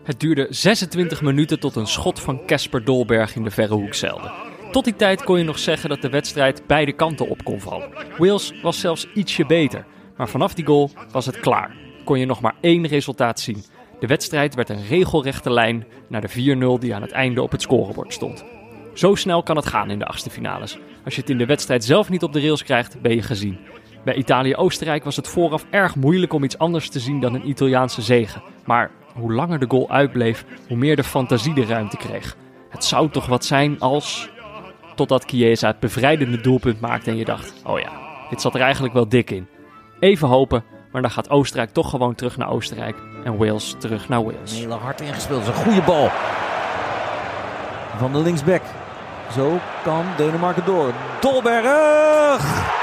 Het duurde 26 minuten tot een schot van Casper Dolberg in de verre hoek zeilde. Tot die tijd kon je nog zeggen dat de wedstrijd beide kanten op kon vallen. Wales was zelfs ietsje beter, maar vanaf die goal was het klaar. Kon je nog maar één resultaat zien. De wedstrijd werd een regelrechte lijn naar de 4-0 die aan het einde op het scorebord stond. Zo snel kan het gaan in de achtste finales. Als je het in de wedstrijd zelf niet op de rails krijgt, ben je gezien. Bij Italië-Oostenrijk was het vooraf erg moeilijk om iets anders te zien dan een Italiaanse zege. Maar hoe langer de goal uitbleef, hoe meer de fantasie de ruimte kreeg. Het zou toch wat zijn als... Totdat Chiesa het bevrijdende doelpunt maakte en je dacht... Oh ja, dit zat er eigenlijk wel dik in. Even hopen, maar dan gaat Oostenrijk toch gewoon terug naar Oostenrijk. En Wales terug naar Wales. Een hele hard ingespeeld, dat is een goede bal. Van de linksback. Zo kan Denemarken door. Dolberg!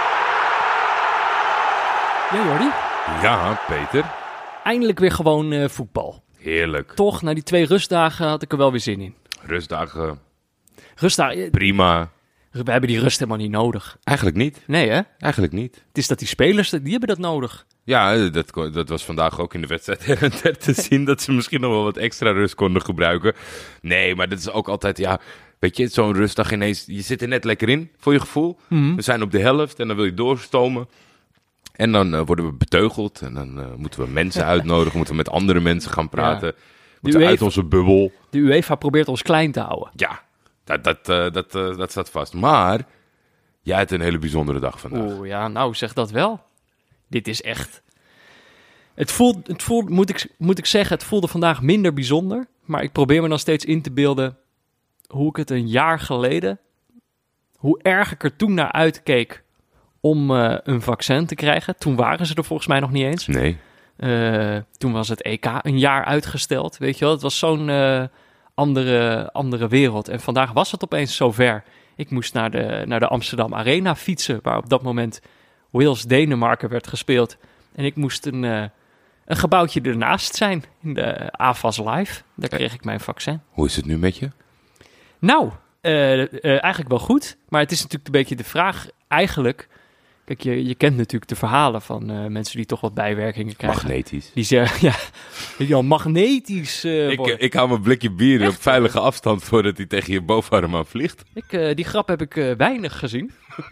Ja, Jordi? Ja, Peter. Eindelijk weer gewoon voetbal. Heerlijk. Toch, na die 2 rustdagen had ik er wel weer zin in. Rustdagen, Rustdagen, prima. we hebben die rust helemaal niet nodig. Eigenlijk niet. Nee, hè? Eigenlijk niet. Het is dat die spelers, die hebben dat nodig. Ja, dat was vandaag ook in de wedstrijd her en der te zien... dat ze misschien nog wel wat extra rust konden gebruiken. Nee, maar dat is ook altijd, ja... Weet je, zo'n rustdag ineens... Je zit er net lekker in, voor je gevoel. Mm-hmm. We zijn op de helft en dan wil je doorstomen. En dan worden we beteugeld. En dan moeten we mensen uitnodigen. Moeten we met andere mensen gaan praten. Ja. Moeten we uit UEFA onze bubbel. De UEFA probeert ons klein te houden. Ja, dat staat vast. Maar jij hebt een hele bijzondere dag vandaag. Oeh, ja, nou zeg dat wel. Dit is echt... Het voelt moet ik zeggen, het voelde vandaag minder bijzonder. Maar ik probeer me dan steeds in te beelden hoe ik het een jaar geleden... Hoe erg ik er toen naar uitkeek om een vaccin te krijgen. Toen waren ze er volgens mij nog niet eens. Nee. Toen was het EK een jaar uitgesteld, weet je wel. Het was zo'n andere wereld. En vandaag was het opeens zover. Ik moest naar de Amsterdam Arena fietsen, waar op dat moment Wales-Denemarken werd gespeeld. En ik moest een gebouwtje ernaast zijn, in de AFAS Live. Daar kreeg ik mijn vaccin. Hoe is het nu met je? Nou, eigenlijk wel goed. Maar het is natuurlijk een beetje de vraag, eigenlijk... Kijk, je kent natuurlijk de verhalen van mensen die toch wat bijwerkingen krijgen. Magnetisch. Die zeggen, ja, die al magnetisch worden. Ik hou mijn blikje bier op veilige afstand voordat hij tegen je bovenarm aan vliegt. Die grap heb ik weinig gezien.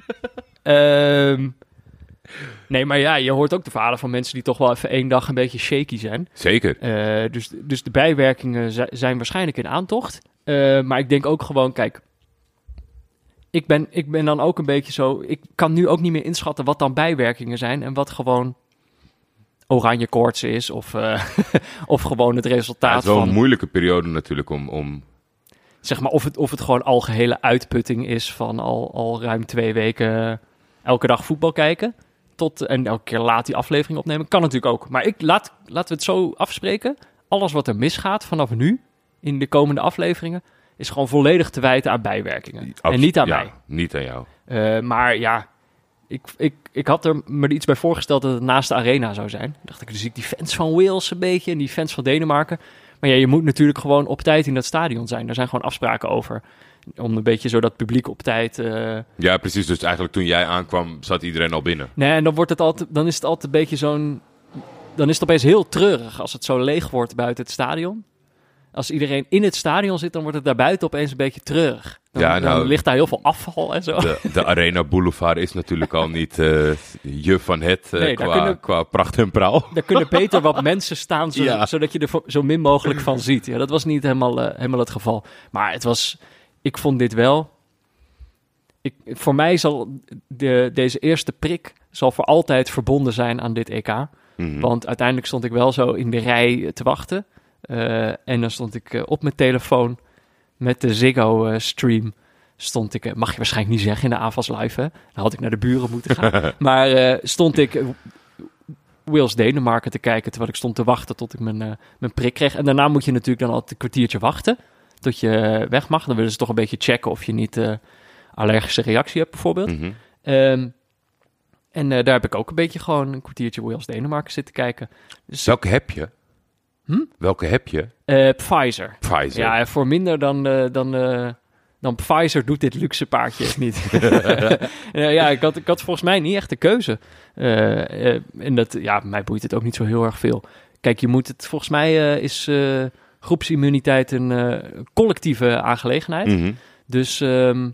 Nee, maar ja, je hoort ook de verhalen van mensen die toch wel even 1 dag een beetje shaky zijn. Zeker. Dus de bijwerkingen zijn waarschijnlijk in aantocht. Maar ik denk ook gewoon, kijk... Ik ben dan ook een beetje zo... Ik kan nu ook niet meer inschatten wat dan bijwerkingen zijn... en wat gewoon oranje koorts is... of gewoon het resultaat van... Het is wel een moeilijke periode natuurlijk om... Zeg maar of het gewoon algehele uitputting is... van al ruim 2 weken elke dag voetbal kijken... en elke keer laat die aflevering opnemen. Kan natuurlijk ook. Maar laten we het zo afspreken. Alles wat er misgaat vanaf nu... in de komende afleveringen... is gewoon volledig te wijten aan bijwerkingen. En niet aan mij. Niet aan jou. Maar ja, ik had er me iets bij voorgesteld dat het naast de arena zou zijn. Dacht ik, dus ik die fans van Wales een beetje en die fans van Denemarken. Maar ja, je moet natuurlijk gewoon op tijd in dat stadion zijn. Daar zijn gewoon afspraken over. Om een beetje zo dat publiek op tijd... Ja, precies. Dus eigenlijk toen jij aankwam, zat iedereen al binnen. Nee, en dan is het altijd een beetje zo'n... Dan is het opeens heel treurig als het zo leeg wordt buiten het stadion. Als iedereen in het stadion zit, dan wordt het daarbuiten opeens een beetje treurig. Dan ligt daar heel veel afval en zo. De Arena Boulevard is natuurlijk al niet je van het qua pracht en praal. Daar kunnen beter wat mensen staan, zodat je er zo min mogelijk van ziet. Ja, dat was niet helemaal het geval. Maar ik vond dit wel... Voor mij zal deze eerste prik zal voor altijd verbonden zijn aan dit EK. Mm-hmm. Want uiteindelijk stond ik wel zo in de rij te wachten... en dan stond ik op mijn telefoon met de Ziggo-stream. Mag je waarschijnlijk niet zeggen in de AFAS Live, hè? Dan had ik naar de buren moeten gaan. Maar stond ik Wales-Denemarken te kijken... terwijl ik stond te wachten tot ik mijn prik kreeg. En daarna moet je natuurlijk dan altijd een kwartiertje wachten... tot je weg mag. Dan willen ze toch een beetje checken of je niet allergische reactie hebt, bijvoorbeeld. Mm-hmm. En daar heb ik ook een beetje gewoon een kwartiertje Wales-Denemarken zitten kijken. Dus, welke heb je? Welke heb je? Pfizer. Pfizer. Ja, voor minder dan Pfizer doet dit luxe paardje het niet. Ja, ik had volgens mij niet echt de keuze. En mij boeit het ook niet zo heel erg veel. Kijk, je moet het, volgens mij is groepsimmuniteit een collectieve aangelegenheid. Mhm. Dus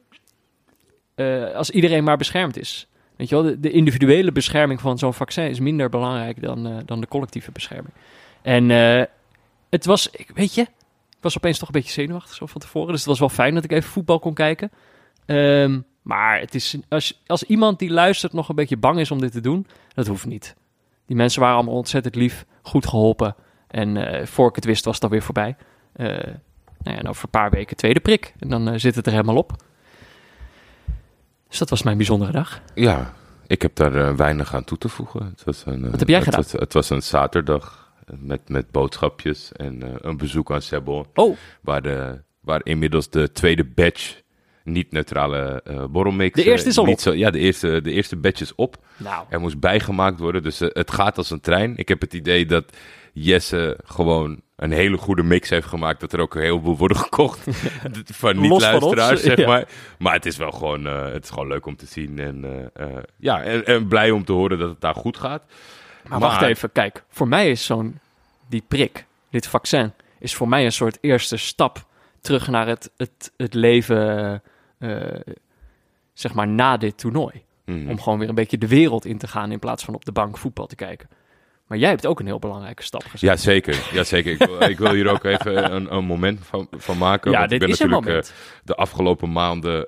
als iedereen maar beschermd is. Weet je wel, de individuele bescherming van zo'n vaccin is minder belangrijk dan de collectieve bescherming. En ik was opeens toch een beetje zenuwachtig zo van tevoren. Dus het was wel fijn dat ik even voetbal kon kijken. Maar het is, als iemand die luistert nog een beetje bang is om dit te doen, dat hoeft niet. Die mensen waren allemaal ontzettend lief, goed geholpen. En voor ik het wist was het alweer voorbij. Over een paar weken tweede prik. En dan zit het er helemaal op. Dus dat was mijn bijzondere dag. Ja, ik heb daar weinig aan toe te voegen. Het was Wat heb jij gedaan? Het was een zaterdag met boodschapjes en een bezoek aan Sebel. Oh, Waar inmiddels de tweede batch niet-neutrale borrelmix... De eerste is al op. De eerste batch is op. nou. Er moest bijgemaakt worden, dus het gaat als een trein. Ik heb het idee dat Jesse gewoon een hele goede mix heeft gemaakt, dat er ook heel veel worden gekocht van niet-luisteraars, zeg maar. Maar het is wel gewoon, het is gewoon leuk om te zien en blij om te horen dat het daar goed gaat. Maar wacht even, kijk. Voor mij is die prik, dit vaccin, is voor mij een soort eerste stap terug naar het leven, zeg maar, na dit toernooi. Mhm. Om gewoon weer een beetje de wereld in te gaan in plaats van op de bank voetbal te kijken. Maar jij hebt ook een heel belangrijke stap gezet. Jazeker. Ik wil hier ook even een moment van maken. Ja, want dit ik ben is een natuurlijk moment. de afgelopen maanden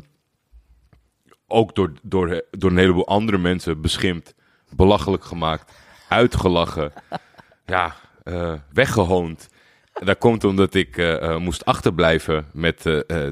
ook door een heleboel andere mensen beschimpt, belachelijk gemaakt, uitgelachen, weggehoond. En dat komt omdat ik moest achterblijven met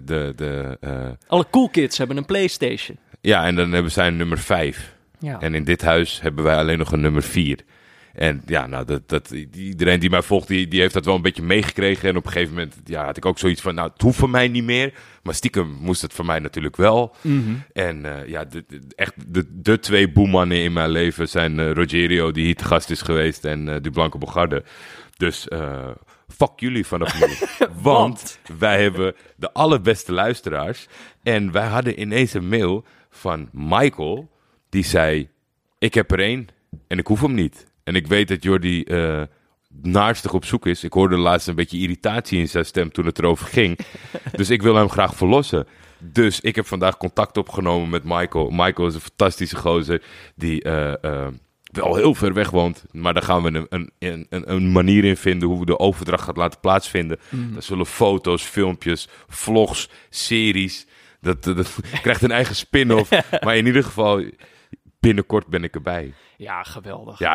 Alle cool kids hebben een PlayStation. Ja, en dan hebben zij een nummer 5. Ja. En in dit huis hebben wij alleen nog een nummer 4. En ja, nou, iedereen die mij volgt, die heeft dat wel een beetje meegekregen. En op een gegeven moment had ik ook zoiets van, nou, het hoeft voor mij niet meer. Maar stiekem moest het voor mij natuurlijk wel. Mm-hmm. En echt de twee boemannen in mijn leven zijn Rogerio, die hier te gast is geweest, en Dublanco Bogarde. Dus fuck jullie vanaf nu. Want wij hebben de allerbeste luisteraars. En wij hadden ineens een mail van Michael, die zei, ik heb er één en ik hoef hem niet. En ik weet dat Jordi naarstig op zoek is. Ik hoorde laatst een beetje irritatie in zijn stem toen het erover ging. Dus ik wil hem graag verlossen. Dus ik heb vandaag contact opgenomen met Michael. Michael is een fantastische gozer die wel heel ver weg woont. Maar daar gaan we een manier in vinden hoe we de overdracht gaat laten plaatsvinden. Mm. Er zullen foto's, filmpjes, vlogs, series. Dat krijgt een eigen spin-off. Maar in ieder geval, binnenkort ben ik erbij. Ja, geweldig. Ja,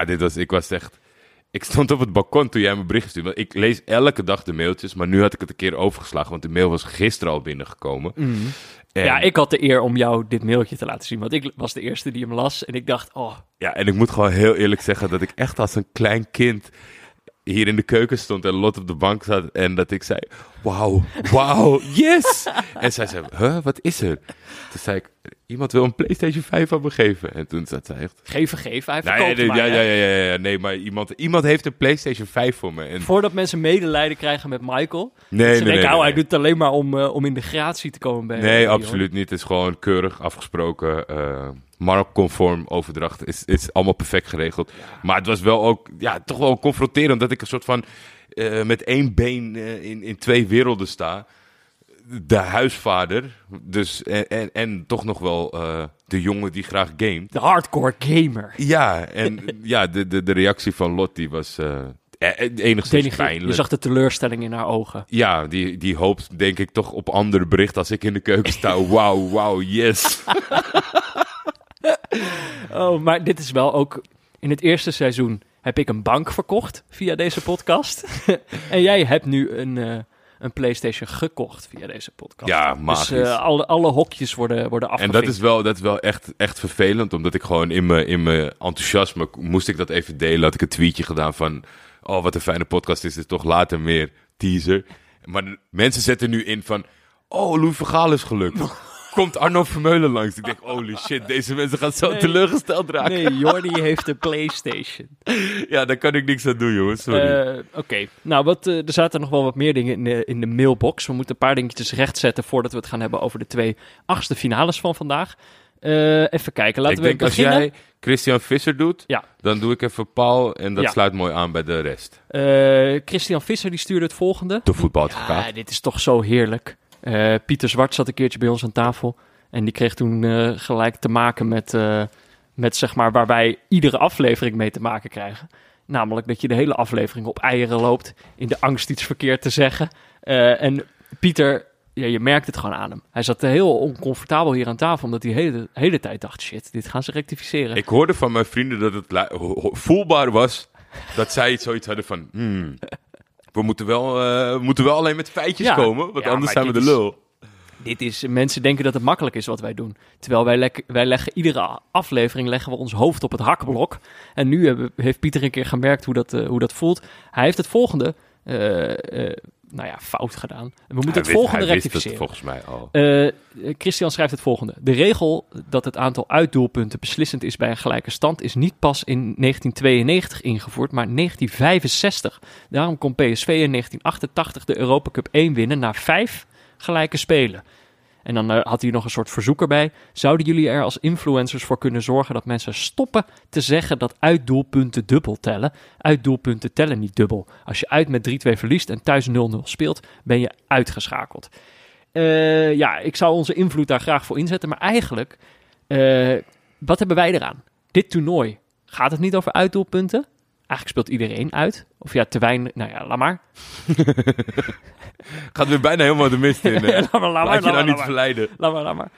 ik stond op het balkon toen jij me bericht stuurde. Want ik lees elke dag de mailtjes, maar nu had ik het een keer overgeslagen, want de mail was gisteren al binnengekomen. Mm. En, Ja, ik had de eer om jou dit mailtje te laten zien, want ik was de eerste die hem las. En ik dacht, ja, en ik moet gewoon heel eerlijk zeggen dat ik echt als een klein kind hier in de keuken stond en Lot op de bank zat en dat ik zei, wauw, yes! En zij zei, wat is er? Toen zei ik, iemand wil een PlayStation 5 aan me geven. En toen zat zij echt... geven, hij verkoopt Nee, maar iemand heeft een PlayStation 5 voor me. En... Voordat mensen medelijden krijgen met Michael. Nee. Hij doet het alleen maar om in de gratie te komen bij... Nee, absoluut niet. Het is gewoon keurig afgesproken. Marktconform overdracht is allemaal perfect geregeld. Ja. Maar het was wel ook, toch wel confronterend dat ik een soort van met één been in twee werelden sta. De huisvader, dus en toch nog wel de jongen die graag gamet. De hardcore gamer. Ja, en de reactie van Lot die was enigszins pijnlijk. Je zag de teleurstelling in haar ogen. Ja, die hoopt denk ik toch op andere berichten als ik in de keuken sta. Wauw, yes. Maar dit is wel ook... In het eerste seizoen heb ik een bank verkocht via deze podcast. En jij hebt nu een PlayStation gekocht via deze podcast. Ja, magisch. Dus alle hokjes worden afgevinkt. En dat is wel echt vervelend, omdat ik gewoon in mijn enthousiasme moest ik dat even delen. Had ik een tweetje gedaan van, wat een fijne podcast is dit toch, later meer teaser. Maar mensen zetten nu in van, Louis van Gaal is gelukt. Komt Arno Vermeulen langs. Ik denk, holy shit, deze mensen gaan zo teleurgesteld raken. Nee, Jordi heeft een PlayStation. Ja, daar kan ik niks aan doen, jongens. Sorry. Oké. Nou, er zaten nog wel wat meer dingen in de mailbox. We moeten een paar dingetjes rechtzetten voordat we het gaan hebben over de 2 achtste finales van vandaag. Even kijken, laten we beginnen. Als jij Christian Visser doet, Ja. dan doe ik even Paul en dat Ja. sluit mooi aan bij de rest. Christian Visser die stuurde het volgende. De voetbaladvocaat. Dit is toch zo heerlijk. Pieter Zwart zat een keertje bij ons aan tafel. En die kreeg toen gelijk te maken met zeg maar waar wij iedere aflevering mee te maken krijgen. Namelijk dat je de hele aflevering op eieren loopt. In de angst iets verkeerd te zeggen. En Pieter, ja, je merkt het gewoon aan hem. Hij zat heel oncomfortabel hier aan tafel. Omdat hij de hele tijd dacht, shit, dit gaan ze rectificeren. Ik hoorde van mijn vrienden dat het voelbaar was dat zij zoiets hadden van... we moeten wel alleen met feitjes komen, want anders zijn we de lul. Mensen denken dat het makkelijk is wat wij doen. Terwijl wij leggen iedere aflevering leggen we ons hoofd op het hakblok. En nu heeft Pieter een keer gemerkt hoe dat voelt. Hij heeft het volgende fout gedaan. We moeten het volgende rectificeren. Volgens mij al. Christian schrijft het volgende. De regel dat het aantal uitdoelpunten beslissend is bij een gelijke stand is niet pas in 1992 ingevoerd, maar 1965. Daarom kon PSV in 1988 de Europa Cup 1 winnen na 5 gelijke spelen. En dan had hij nog een soort verzoek erbij. Zouden jullie er als influencers voor kunnen zorgen dat mensen stoppen te zeggen dat uitdoelpunten dubbel tellen? Uitdoelpunten tellen niet dubbel. Als je uit met 3-2 verliest en thuis 0-0 speelt, ben je uitgeschakeld. Ik zou onze invloed daar graag voor inzetten. Maar eigenlijk, wat hebben wij eraan? Dit toernooi, gaat het niet over uitdoelpunten? Eigenlijk speelt iedereen uit. Of ja, te weinig. Nou ja, laat maar. Gaat weer bijna helemaal de mist in. Laat je nou niet verleiden. Laat maar.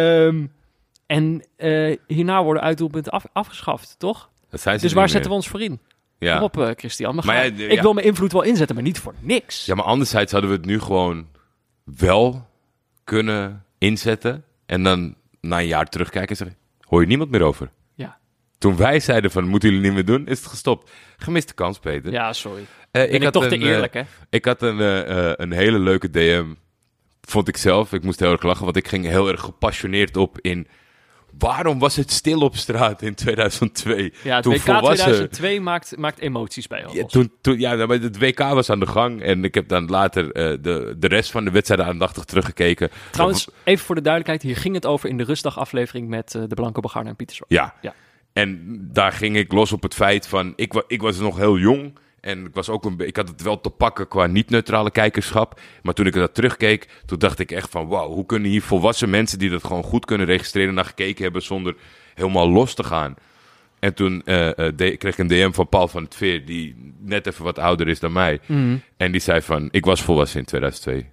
Hierna worden uitdoelpunten afgeschaft, toch? Dus waar zetten we ons voor in? Ja. Kom op, Christian. Ik wil mijn invloed wel inzetten, maar niet voor niks. Ja, maar anderzijds hadden we het nu gewoon wel kunnen inzetten. En dan na een jaar terugkijken en zeggen, hoor je niemand meer over. Ja. Toen wij zeiden van, moeten jullie niet meer doen, is het gestopt. Gemiste kans, Peter. Ja, sorry. Ik had toch te eerlijk, hè? Ik had een hele leuke DM, vond ik zelf. Ik moest heel erg lachen, want ik ging heel erg gepassioneerd op in... Waarom was het stil op straat in 2002? Ja, het WK 2002 maakt emoties bij ons. Maar het WK was aan de gang. En ik heb dan later de rest van de wedstrijden aandachtig teruggekeken. Trouwens, even voor de duidelijkheid. Hier ging het over in de rustdagaflevering met de Blanco Begarne en Pieter Zwart. Ja. En daar ging ik los op het feit van... Ik was nog heel jong... En ik had het wel te pakken qua niet-neutrale kijkerschap. Maar toen ik dat terugkeek, toen dacht ik echt van... Wauw, hoe kunnen hier volwassen mensen die dat gewoon goed kunnen registreren... naar gekeken hebben zonder helemaal los te gaan. En toen kreeg ik een DM van Paul van het Veer... die net even wat ouder is dan mij. Mm. En die zei van, ik was volwassen in 2002.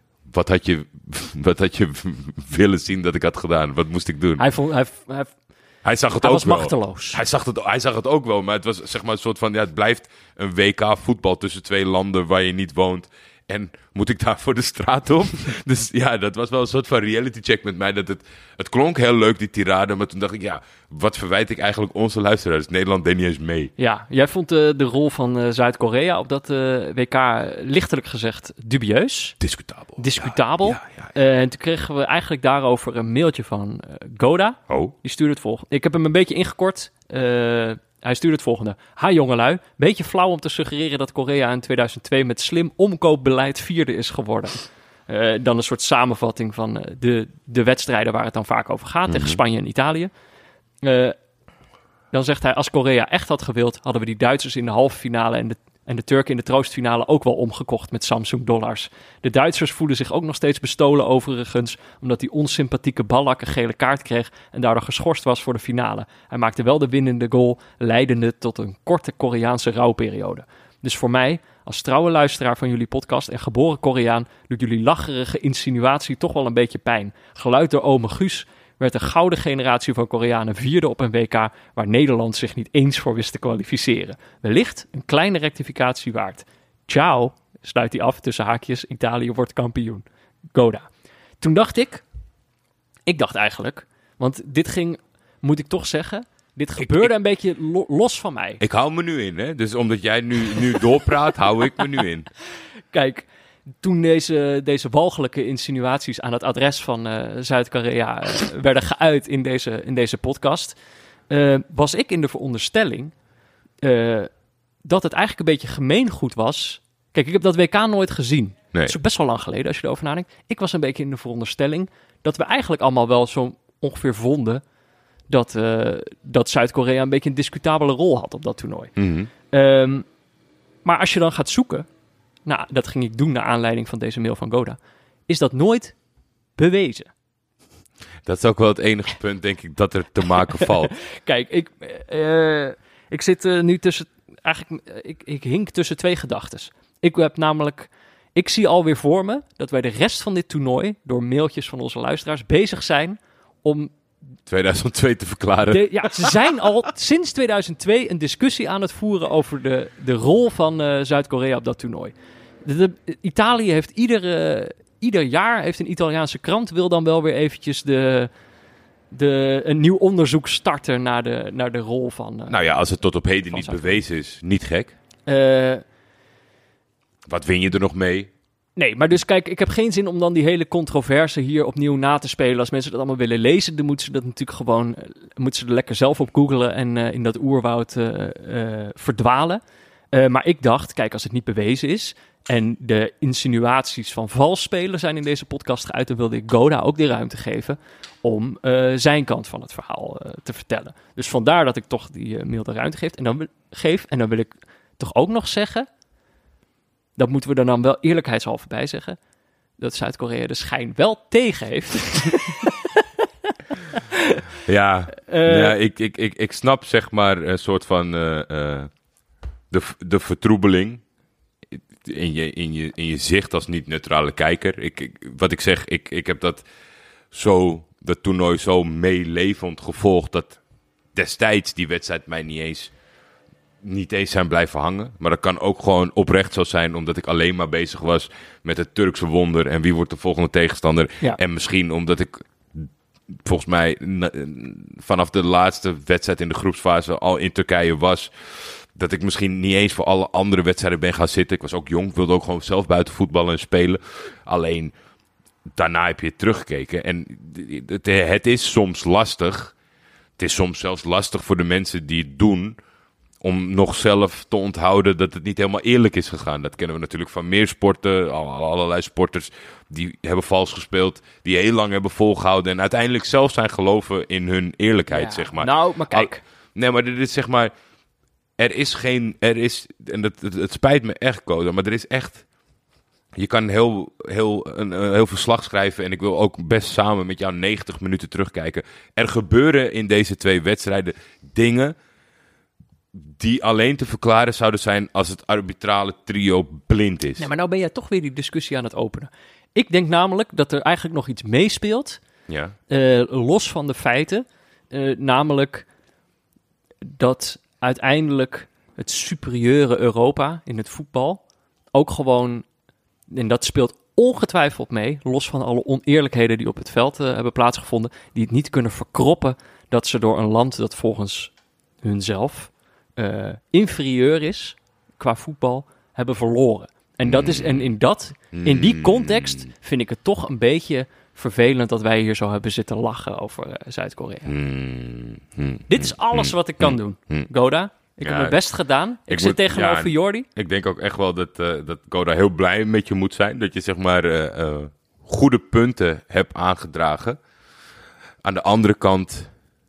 Wat had je willen zien dat ik had gedaan? Wat moest ik doen? Hij zag het ook was wel. Machteloos. Hij zag het ook wel, maar het was zeg maar een soort van... Ja, het blijft een WK voetbal tussen twee landen waar je niet woont. En moet ik daar voor de straat op? Dus ja, dat was wel een soort van reality check met mij. Dat het klonk heel leuk, die tirade. Maar toen dacht ik, ja, wat verwijt ik eigenlijk onze luisteraars? Nederland deed niet eens mee. Ja, jij vond de rol van Zuid-Korea op dat WK lichtelijk gezegd dubieus. Discutabel. Ja. En toen kregen we eigenlijk daarover een mailtje van Goda. Oh. Die stuurde het volgende. Ik heb hem een beetje ingekort. Hij stuurde het volgende. Ha jongelui, beetje flauw om te suggereren dat Korea in 2002 met slim omkoopbeleid vierde is geworden. Dan een soort samenvatting van de wedstrijden waar het dan vaak over gaat, tegen Spanje en Italië. Dan zegt hij, als Korea echt had gewild, hadden we die Duitsers in de halve finale en de Turken in de troostfinale ook wel omgekocht met Samsung dollars. De Duitsers voelen zich ook nog steeds bestolen overigens, omdat die onsympathieke Ballack een gele kaart kreeg en daardoor geschorst was voor de finale. Hij maakte wel de winnende goal, leidende tot een korte Koreaanse rouwperiode. Dus voor mij, als trouwe luisteraar van jullie podcast en geboren Koreaan, doet jullie lacherige insinuatie toch wel een beetje pijn. Geluid door ome Guus werd een gouden generatie van Koreanen vierde op een WK waar Nederland zich niet eens voor wist te kwalificeren. Wellicht een kleine rectificatie waard. Ciao, sluit hij af tussen haakjes, Italië wordt kampioen. Goda. Toen dacht ik eigenlijk, want dit ging, moet ik toch zeggen, dit gebeurde een beetje los van mij. Ik hou me nu in, hè? Dus omdat jij nu doorpraat, hou ik me nu in. Kijk, toen deze walgelijke insinuaties aan het adres van Zuid-Korea werden geuit in deze podcast, was ik in de veronderstelling dat het eigenlijk een beetje gemeengoed was. Kijk, ik heb dat WK nooit gezien. Nee. Dat is ook best wel lang geleden als je erover nadenkt. Ik was een beetje in de veronderstelling dat we eigenlijk allemaal wel zo ongeveer vonden dat Zuid-Korea een beetje een discutabele rol had op dat toernooi. Maar als je dan gaat zoeken, nou, dat ging ik doen naar aanleiding van deze mail van Goda, is dat nooit bewezen. Dat is ook wel het enige punt, denk ik, dat er te maken valt. Kijk, ik zit nu tussen... Eigenlijk, ik hink tussen twee gedachtes. Ik zie alweer voor me dat wij de rest van dit toernooi, door mailtjes van onze luisteraars, bezig zijn om 2002 te verklaren. Ze zijn al sinds 2002 een discussie aan het voeren over de rol van Zuid-Korea op dat toernooi. Italië heeft ieder jaar heeft een Italiaanse krant wil dan wel weer eventjes een nieuw onderzoek starten naar de rol van... nou ja, als het tot op heden niet bewezen is, niet gek. Wat win je er nog mee? Nee, maar dus kijk, ik heb geen zin om dan die hele controverse hier opnieuw na te spelen. Als mensen dat allemaal willen lezen, dan moeten ze dat natuurlijk gewoon... moeten ze er lekker zelf op googlen en in dat oerwoud verdwalen. Maar ik dacht, kijk, als het niet bewezen is en de insinuaties van vals spelen zijn in deze podcast geuit, dan wilde ik Goda ook de ruimte geven om zijn kant van het verhaal te vertellen. Dus vandaar dat ik toch die mail de ruimte geef. En dan wil ik toch ook nog zeggen, dat moeten we er dan wel eerlijkheidshalve bij zeggen, dat Zuid-Korea de schijn wel tegen heeft. Ik snap zeg maar een soort van de vertroebeling in je zicht als niet-neutrale kijker. Wat ik zeg, ik heb dat toernooi zo meelevend gevolgd dat destijds die wedstrijd mij niet eens zijn blijven hangen. Maar dat kan ook gewoon oprecht zo zijn, omdat ik alleen maar bezig was met het Turkse wonder en wie wordt de volgende tegenstander. Ja. En misschien omdat ik volgens mij vanaf de laatste wedstrijd in de groepsfase al in Turkije was, dat ik misschien niet eens voor alle andere wedstrijden ben gaan zitten. Ik was ook jong, wilde ook gewoon zelf buiten voetballen en spelen. Alleen daarna heb je teruggekeken. En het is soms lastig. Het is soms zelfs lastig voor de mensen die het doen om nog zelf te onthouden dat het niet helemaal eerlijk is gegaan. Dat kennen we natuurlijk van meer sporten. Allerlei sporters die hebben vals gespeeld, die heel lang hebben volgehouden en uiteindelijk zelf zijn geloven in hun eerlijkheid, zeg maar. Nou, maar kijk. Nee, maar dit is zeg maar, en het spijt me echt, Goda, maar er is echt, je kan heel verslag schrijven en ik wil ook best samen met jou 90 minuten terugkijken. Er gebeuren in deze twee wedstrijden dingen die alleen te verklaren zouden zijn als het arbitrale trio blind is. Nee, maar nou ben jij toch weer die discussie aan het openen. Ik denk namelijk dat er eigenlijk nog iets meespeelt, los van de feiten, namelijk dat uiteindelijk het superieure Europa in het voetbal ook gewoon, en dat speelt ongetwijfeld mee, los van alle oneerlijkheden die op het veld hebben plaatsgevonden, die het niet kunnen verkroppen dat ze door een land dat volgens hunzelf inferieur is qua voetbal, hebben verloren. En dat is, in die context vind ik het toch een beetje vervelend dat wij hier zo hebben zitten lachen over Zuid-Korea. Dit is alles wat ik kan doen. Goda, ik heb mijn best gedaan. Ik zit tegenover Jordi. Ik denk ook echt wel dat Goda heel blij met je moet zijn. Dat je zeg maar goede punten hebt aangedragen. Aan de andere kant,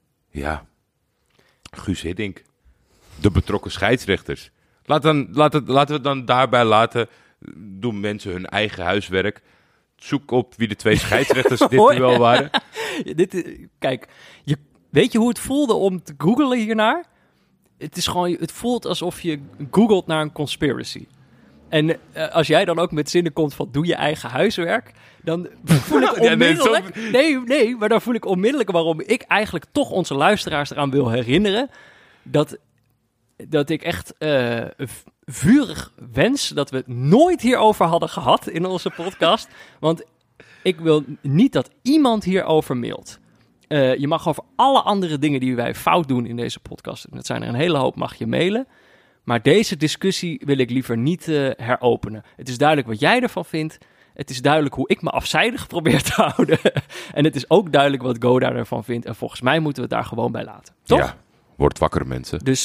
Guus Hiddink. De betrokken scheidsrechters. Laten we het dan daarbij laten. Doen mensen hun eigen huiswerk. Zoek op wie de twee scheidsrechters dit duel waren. Kijk, weet je hoe het voelde om te googlen hiernaar? Het voelt alsof je googelt naar een conspiracy. En als jij dan ook met zinnen komt van doe je eigen huiswerk, dan voel ik onmiddellijk... Nee, maar dan voel ik onmiddellijk waarom ik eigenlijk toch onze luisteraars eraan wil herinneren dat ik echt vurig wens dat we het nooit hierover hadden gehad in onze podcast. Want ik wil niet dat iemand hierover mailt. Je mag over alle andere dingen die wij fout doen in deze podcast, en dat zijn er een hele hoop, mag je mailen. Maar deze discussie wil ik liever niet heropenen. Het is duidelijk wat jij ervan vindt. Het is duidelijk hoe ik me afzijdig probeer te houden. En het is ook duidelijk wat Goda ervan vindt. En volgens mij moeten we het daar gewoon bij laten. Toch? Ja, word wakker, mensen. Dus...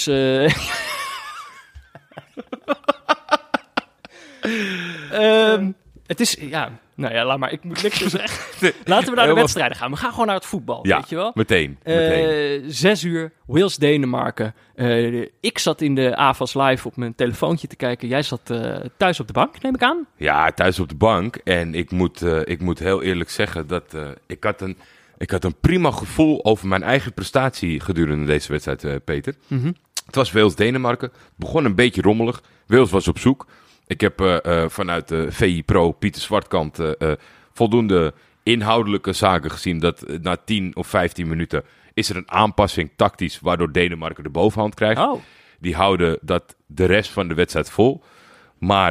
Het is, laat maar, ik moet niks meer zeggen. Laten we naar de wedstrijden gaan. We gaan gewoon naar het voetbal, weet je wel? Meteen. 6 uur, Wales-Denemarken. Ik zat in de AFAS Live op mijn telefoontje te kijken. Jij zat thuis op de bank, neem ik aan? Ja, thuis op de bank. En ik moet heel eerlijk zeggen dat ik had een prima gevoel over mijn eigen prestatie gedurende deze wedstrijd, Peter. Mm-hmm. Het was Wales-Denemarken. Het begon een beetje rommelig. Wales was op zoek. Ik heb vanuit de VI Pro, Pieter Zwartkant, voldoende inhoudelijke zaken gezien dat na 10 of 15 minuten is er een aanpassing tactisch waardoor Denemarken de bovenhand krijgt. Oh. Die houden dat de rest van de wedstrijd vol. Maar,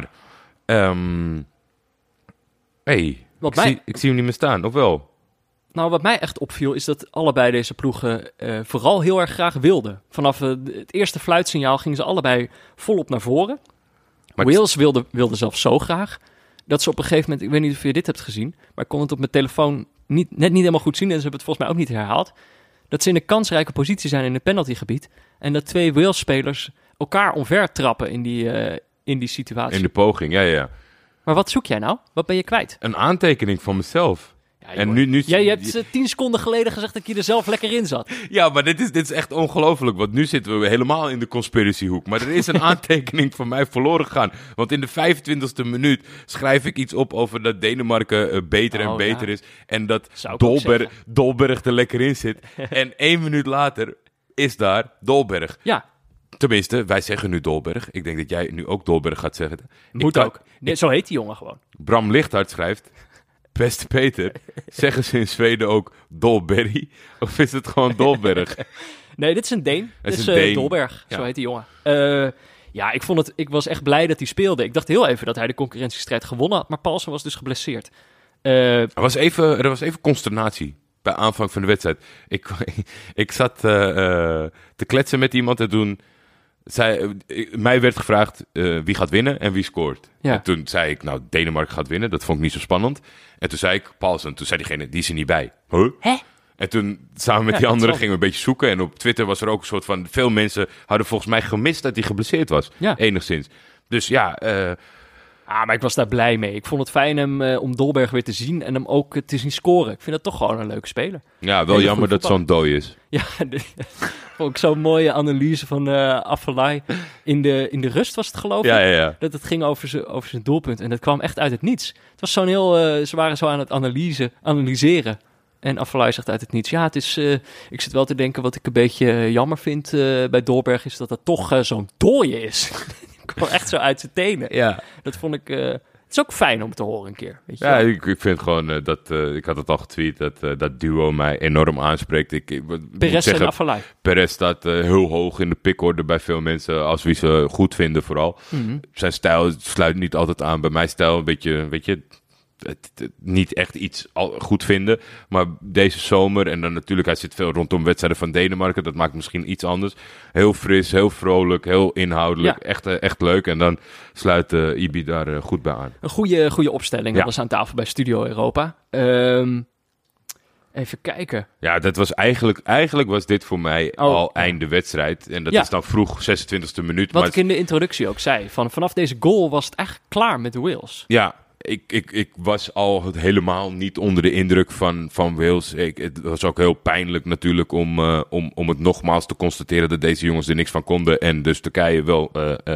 ik zie hem niet meer staan, of wel? Nou, wat mij echt opviel is dat allebei deze ploegen vooral heel erg graag wilden. Vanaf het eerste fluitsignaal gingen ze allebei volop naar voren. Maar Wales wilde zelfs zo graag dat ze op een gegeven moment, ik weet niet of je dit hebt gezien, maar ik kon het op mijn telefoon net niet helemaal goed zien en ze hebben het volgens mij ook niet herhaald, dat ze in een kansrijke positie zijn in het penaltygebied en dat 2 Wales-spelers elkaar omver trappen in die situatie. In de poging, ja. Maar wat zoek jij nou? Wat ben je kwijt? Een aantekening van mezelf. Ja, en nu jij hebt 10 seconden geleden gezegd dat je er zelf lekker in zat. Ja, maar dit is echt ongelooflijk. Want nu zitten we helemaal in de conspiracyhoek. Maar er is een aantekening van mij verloren gegaan. Want in de 25e minuut schrijf ik iets op over dat Denemarken beter en beter is. En dat Dolberg er lekker in zit. En 1 minuut later is daar Dolberg. Ja. Tenminste, wij zeggen nu Dolberg. Ik denk dat jij nu ook Dolberg gaat zeggen. Moet ook. Nee, zo heet die jongen gewoon. Bram Lichthart schrijft: beste Peter, zeggen ze in Zweden ook Dolberry? Of is het gewoon Dolberg? Nee, dit is een Deen. Dit is Dolberg, zo heet die jongen. Ik was echt blij dat hij speelde. Ik dacht heel even dat hij de concurrentiestrijd gewonnen had, maar Paulsen was dus geblesseerd. Er was even consternatie bij aanvang van de wedstrijd. Ik zat te kletsen met iemand en toen mij werd gevraagd wie gaat winnen en wie scoort. Ja. En toen zei ik, nou, Denemarken gaat winnen. Dat vond ik niet zo spannend. En toen zei ik, Paulsen. Toen zei diegene, die is er niet bij. Huh? Hè? En toen, samen met die anderen, gingen we een beetje zoeken. En op Twitter was er ook een soort van, veel mensen hadden volgens mij gemist dat hij geblesseerd was. Ja. Enigszins. Dus ja... maar ik was daar blij mee. Ik vond het fijn om Dolberg weer te zien en hem ook te zien scoren. Ik vind dat toch gewoon een leuke speler. Ja, wel jammer dat zo'n dooi is. Ja, vond ik zo'n mooie analyse van Afellay. In de rust was het, geloof ik. Ja. Dat het ging over zijn doelpunt. En dat kwam echt uit het niets. Het was zo'n heel... ze waren zo aan het analyseren. En Afellay zegt uit het niets. Ja, het is... ik zit wel te denken wat ik een beetje jammer vind bij Dolberg, is dat toch zo'n dooie is. Ik kwam echt zo uit zijn tenen. Ja. Dat vond ik... het is ook fijn om te horen een keer. Weet je ja, ik vind gewoon dat... ik had het al getweet, dat duo mij enorm aanspreekt. Perez en Afellay. Perez staat heel hoog in de pickorde bij veel mensen, als wie ze goed vinden vooral. Mm-hmm. Zijn stijl sluit niet altijd aan bij mijn stijl. Een beetje, weet je... niet echt iets goed vinden. Maar deze zomer, en dan natuurlijk, hij zit veel rondom wedstrijden van Denemarken. Dat maakt misschien iets anders. Heel fris, heel vrolijk, heel inhoudelijk. Ja. Echt leuk. En dan sluit Ibi daar goed bij aan. Een goede opstelling. Dat was aan tafel bij Studio Europa. Even kijken. Ja, dat was eigenlijk was dit voor mij al einde wedstrijd. En dat is dan vroeg 26e minuut. Wat ik in de introductie ook zei. Vanaf deze goal was het eigenlijk klaar met de Wales. Ja. Ik was al helemaal niet onder de indruk van Wales. Het was ook heel pijnlijk natuurlijk om het nogmaals te constateren dat deze jongens er niks van konden. En dus Turkije wel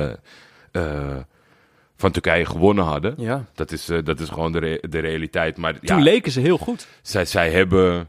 van Turkije gewonnen hadden. Ja. Dat is gewoon de realiteit. Maar toen leken ze heel goed. Zij hebben...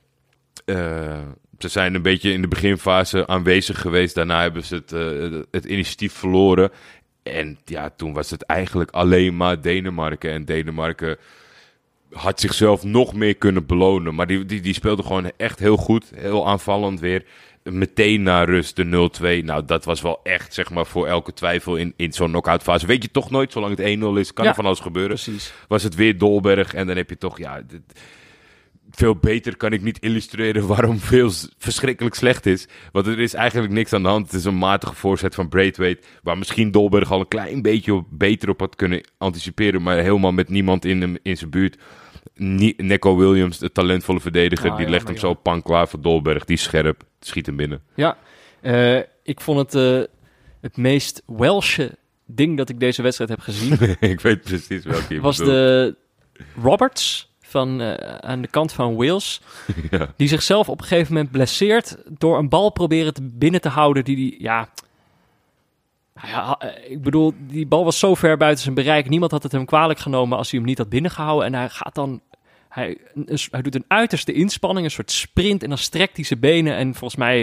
ze zijn een beetje in de beginfase aanwezig geweest. Daarna hebben ze het initiatief verloren. En ja, toen was het eigenlijk alleen maar Denemarken. En Denemarken had zichzelf nog meer kunnen belonen. Maar die speelde gewoon echt heel goed. Heel aanvallend weer. Meteen na rust de 0-2. Nou, dat was wel echt, zeg maar, voor elke twijfel in zo'n knock-out fase. Weet je toch nooit, zolang het 1-0 is, kan er van alles gebeuren. Precies. Was het weer Dolberg en dan heb je toch, ja... Veel beter kan ik niet illustreren waarom veel verschrikkelijk slecht is. Want er is eigenlijk niks aan de hand. Het is een matige voorzet van Braithwaite, waar misschien Dolberg al een klein beetje beter op had kunnen anticiperen, maar helemaal met niemand in zijn buurt. Neco Williams, de talentvolle verdediger, die legt hem zo pan klaar voor Dolberg. Die is scherp, schiet hem binnen. Ja, ik vond het meest Welsche ding dat ik deze wedstrijd heb gezien. Ik weet precies welke je was bedoelt. de Roberts aan de kant van Wales. Ja. Die zichzelf op een gegeven moment blesseert door een bal proberen binnen te houden ik bedoel, die bal was zo ver buiten zijn bereik. Niemand had het hem kwalijk genomen als hij hem niet had binnengehouden. En hij gaat dan... Hij doet een uiterste inspanning, een soort sprint. En dan strekt hij zijn benen. En volgens mij...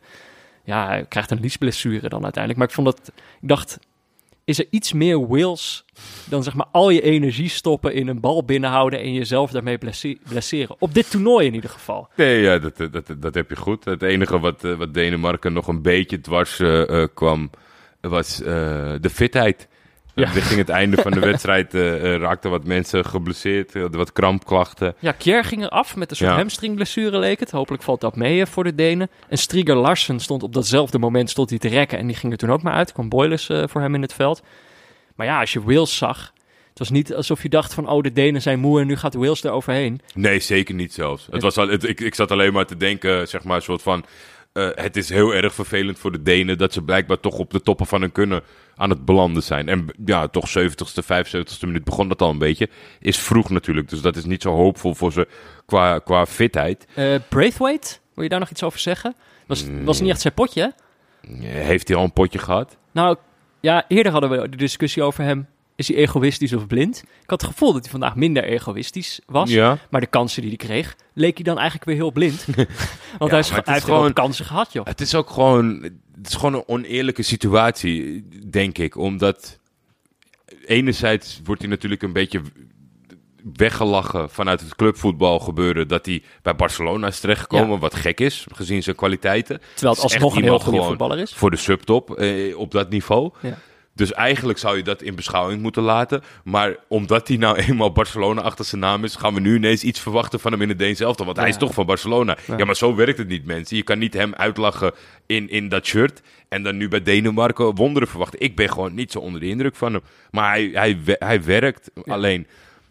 hij krijgt een liesblessure dan uiteindelijk. Maar ik dacht... Is er iets meer Wales dan zeg maar al je energie stoppen in een bal binnenhouden en jezelf daarmee blesseren? Op dit toernooi in ieder geval. Nee, ja, dat heb je goed. Het enige wat Denemarken nog een beetje dwars kwam, was de fitheid. Ja. Richting het einde van de wedstrijd raakten wat mensen geblesseerd, wat krampklachten. Ja, Kjær ging eraf met een soort hamstringblessure leek het. Hopelijk valt dat mee voor de Denen. En Striger Larsen stond op datzelfde moment te rekken en die ging er toen ook maar uit. Kwam Boilers voor hem in het veld. Maar ja, als je Wales zag, het was niet alsof je dacht van de Denen zijn moe en nu gaat Wales er overheen. Nee, zeker niet zelfs. Ik zat alleen maar te denken, zeg maar, een soort van... het is heel erg vervelend voor de Denen dat ze blijkbaar toch op de toppen van hun kunnen aan het belanden zijn. En ja, toch 70ste, 75ste minuut begon dat al een beetje. Is vroeg natuurlijk, dus dat is niet zo hoopvol voor ze qua fitheid. Braithwaite, wil je daar nog iets over zeggen? Was niet echt zijn potje, hè? Heeft hij al een potje gehad? Nou, ja, eerder hadden we de discussie over hem. Is hij egoïstisch of blind? Ik had het gevoel dat hij vandaag minder egoïstisch was. Ja. Maar de kansen die hij kreeg, leek hij dan eigenlijk weer heel blind. Want hij heeft gewoon kansen gehad, joh. Het is ook gewoon een oneerlijke situatie, denk ik. Omdat enerzijds wordt hij natuurlijk een beetje weggelachen vanuit het clubvoetbal gebeuren dat hij bij Barcelona is terechtgekomen, wat gek is, gezien zijn kwaliteiten. Terwijl het alsnog een heel goede voetballer is. Voor de subtop op dat niveau. Ja. Dus eigenlijk zou je dat in beschouwing moeten laten. Maar omdat hij nou eenmaal Barcelona achter zijn naam is, gaan we nu ineens iets verwachten van hem in het Deens elftal. Want hij is toch van Barcelona. Ja, maar zo werkt het niet, mensen. Je kan niet hem uitlachen in dat shirt en dan nu bij Denemarken wonderen verwachten. Ik ben gewoon niet zo onder de indruk van hem. Maar hij werkt. Ja. Alleen,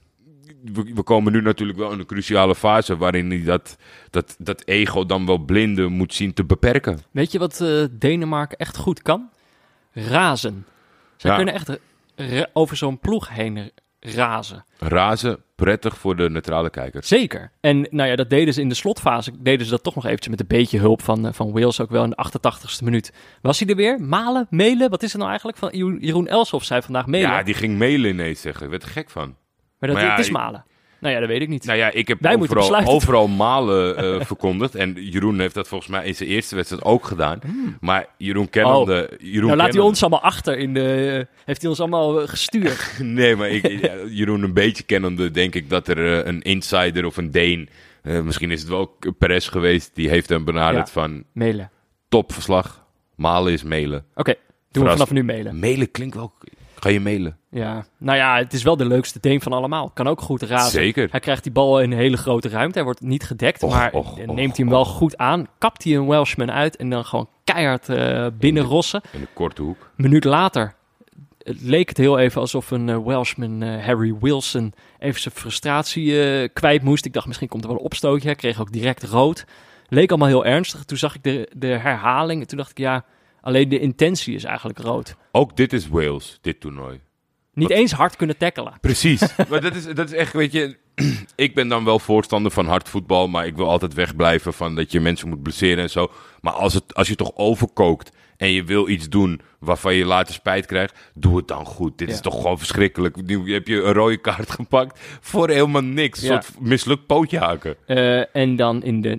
we komen nu natuurlijk wel in een cruciale fase waarin hij dat ego dan wel blinde moet zien te beperken. Weet je wat Denemarken echt goed kan? Razen. Zij kunnen echt over zo'n ploeg heen razen. Razen, prettig voor de neutrale kijkers. Zeker. En nou ja, dat deden ze in de slotfase. Deden ze dat toch nog eventjes met een beetje hulp van Wales ook wel in de 88ste minuut. Was hij er weer? Melen? Wat is er nou eigenlijk? Van Jeroen Elshoff zei vandaag melen. Ja, die ging melen ineens zeggen. Ik werd er gek van. Maar het is malen. Nou ja, dat weet ik niet. Nou ja, ik heb overal malen verkondigd. En Jeroen heeft dat volgens mij in zijn eerste wedstrijd ook gedaan. Maar Jeroen kennende... laat hij ons allemaal achter heeft hij ons allemaal gestuurd. Nee, maar Jeroen een beetje kennende denk ik dat er een insider of een Deen... misschien is het wel Perez geweest. Die heeft hem benaderd van... Mailen. Topverslag. Malen is mailen. Oké, doen we vanaf nu mailen. Mailen klinkt wel... Ga je mailen? Ja, nou ja, het is wel de leukste Deen van allemaal. Kan ook goed razen. Zeker. Hij krijgt die bal in een hele grote ruimte. Hij wordt niet gedekt, maar neemt hij hem wel goed aan. Kapt hij een Welshman uit en dan gewoon keihard binnenrossen. In de korte hoek. Een minuut later leek het heel even alsof een Welshman, Harry Wilson, even zijn frustratie kwijt moest. Ik dacht, misschien komt er wel een opstootje. Hij kreeg ook direct rood. Leek allemaal heel ernstig. Toen zag ik de herhaling en toen dacht ik, ja... Alleen de intentie is eigenlijk rood. Ook dit is Wales, dit toernooi. Niet eens hard kunnen tackelen. Precies. Maar dat is echt, weet je... Ik ben dan wel voorstander van hard voetbal, maar ik wil altijd wegblijven van dat je mensen moet blesseren en zo. Maar als je toch overkookt en je wil iets doen waarvan je later spijt krijgt, doe het dan goed. Dit is toch gewoon verschrikkelijk. Nu heb je een rode kaart gepakt voor helemaal niks. Een soort mislukt pootje haken. En dan in de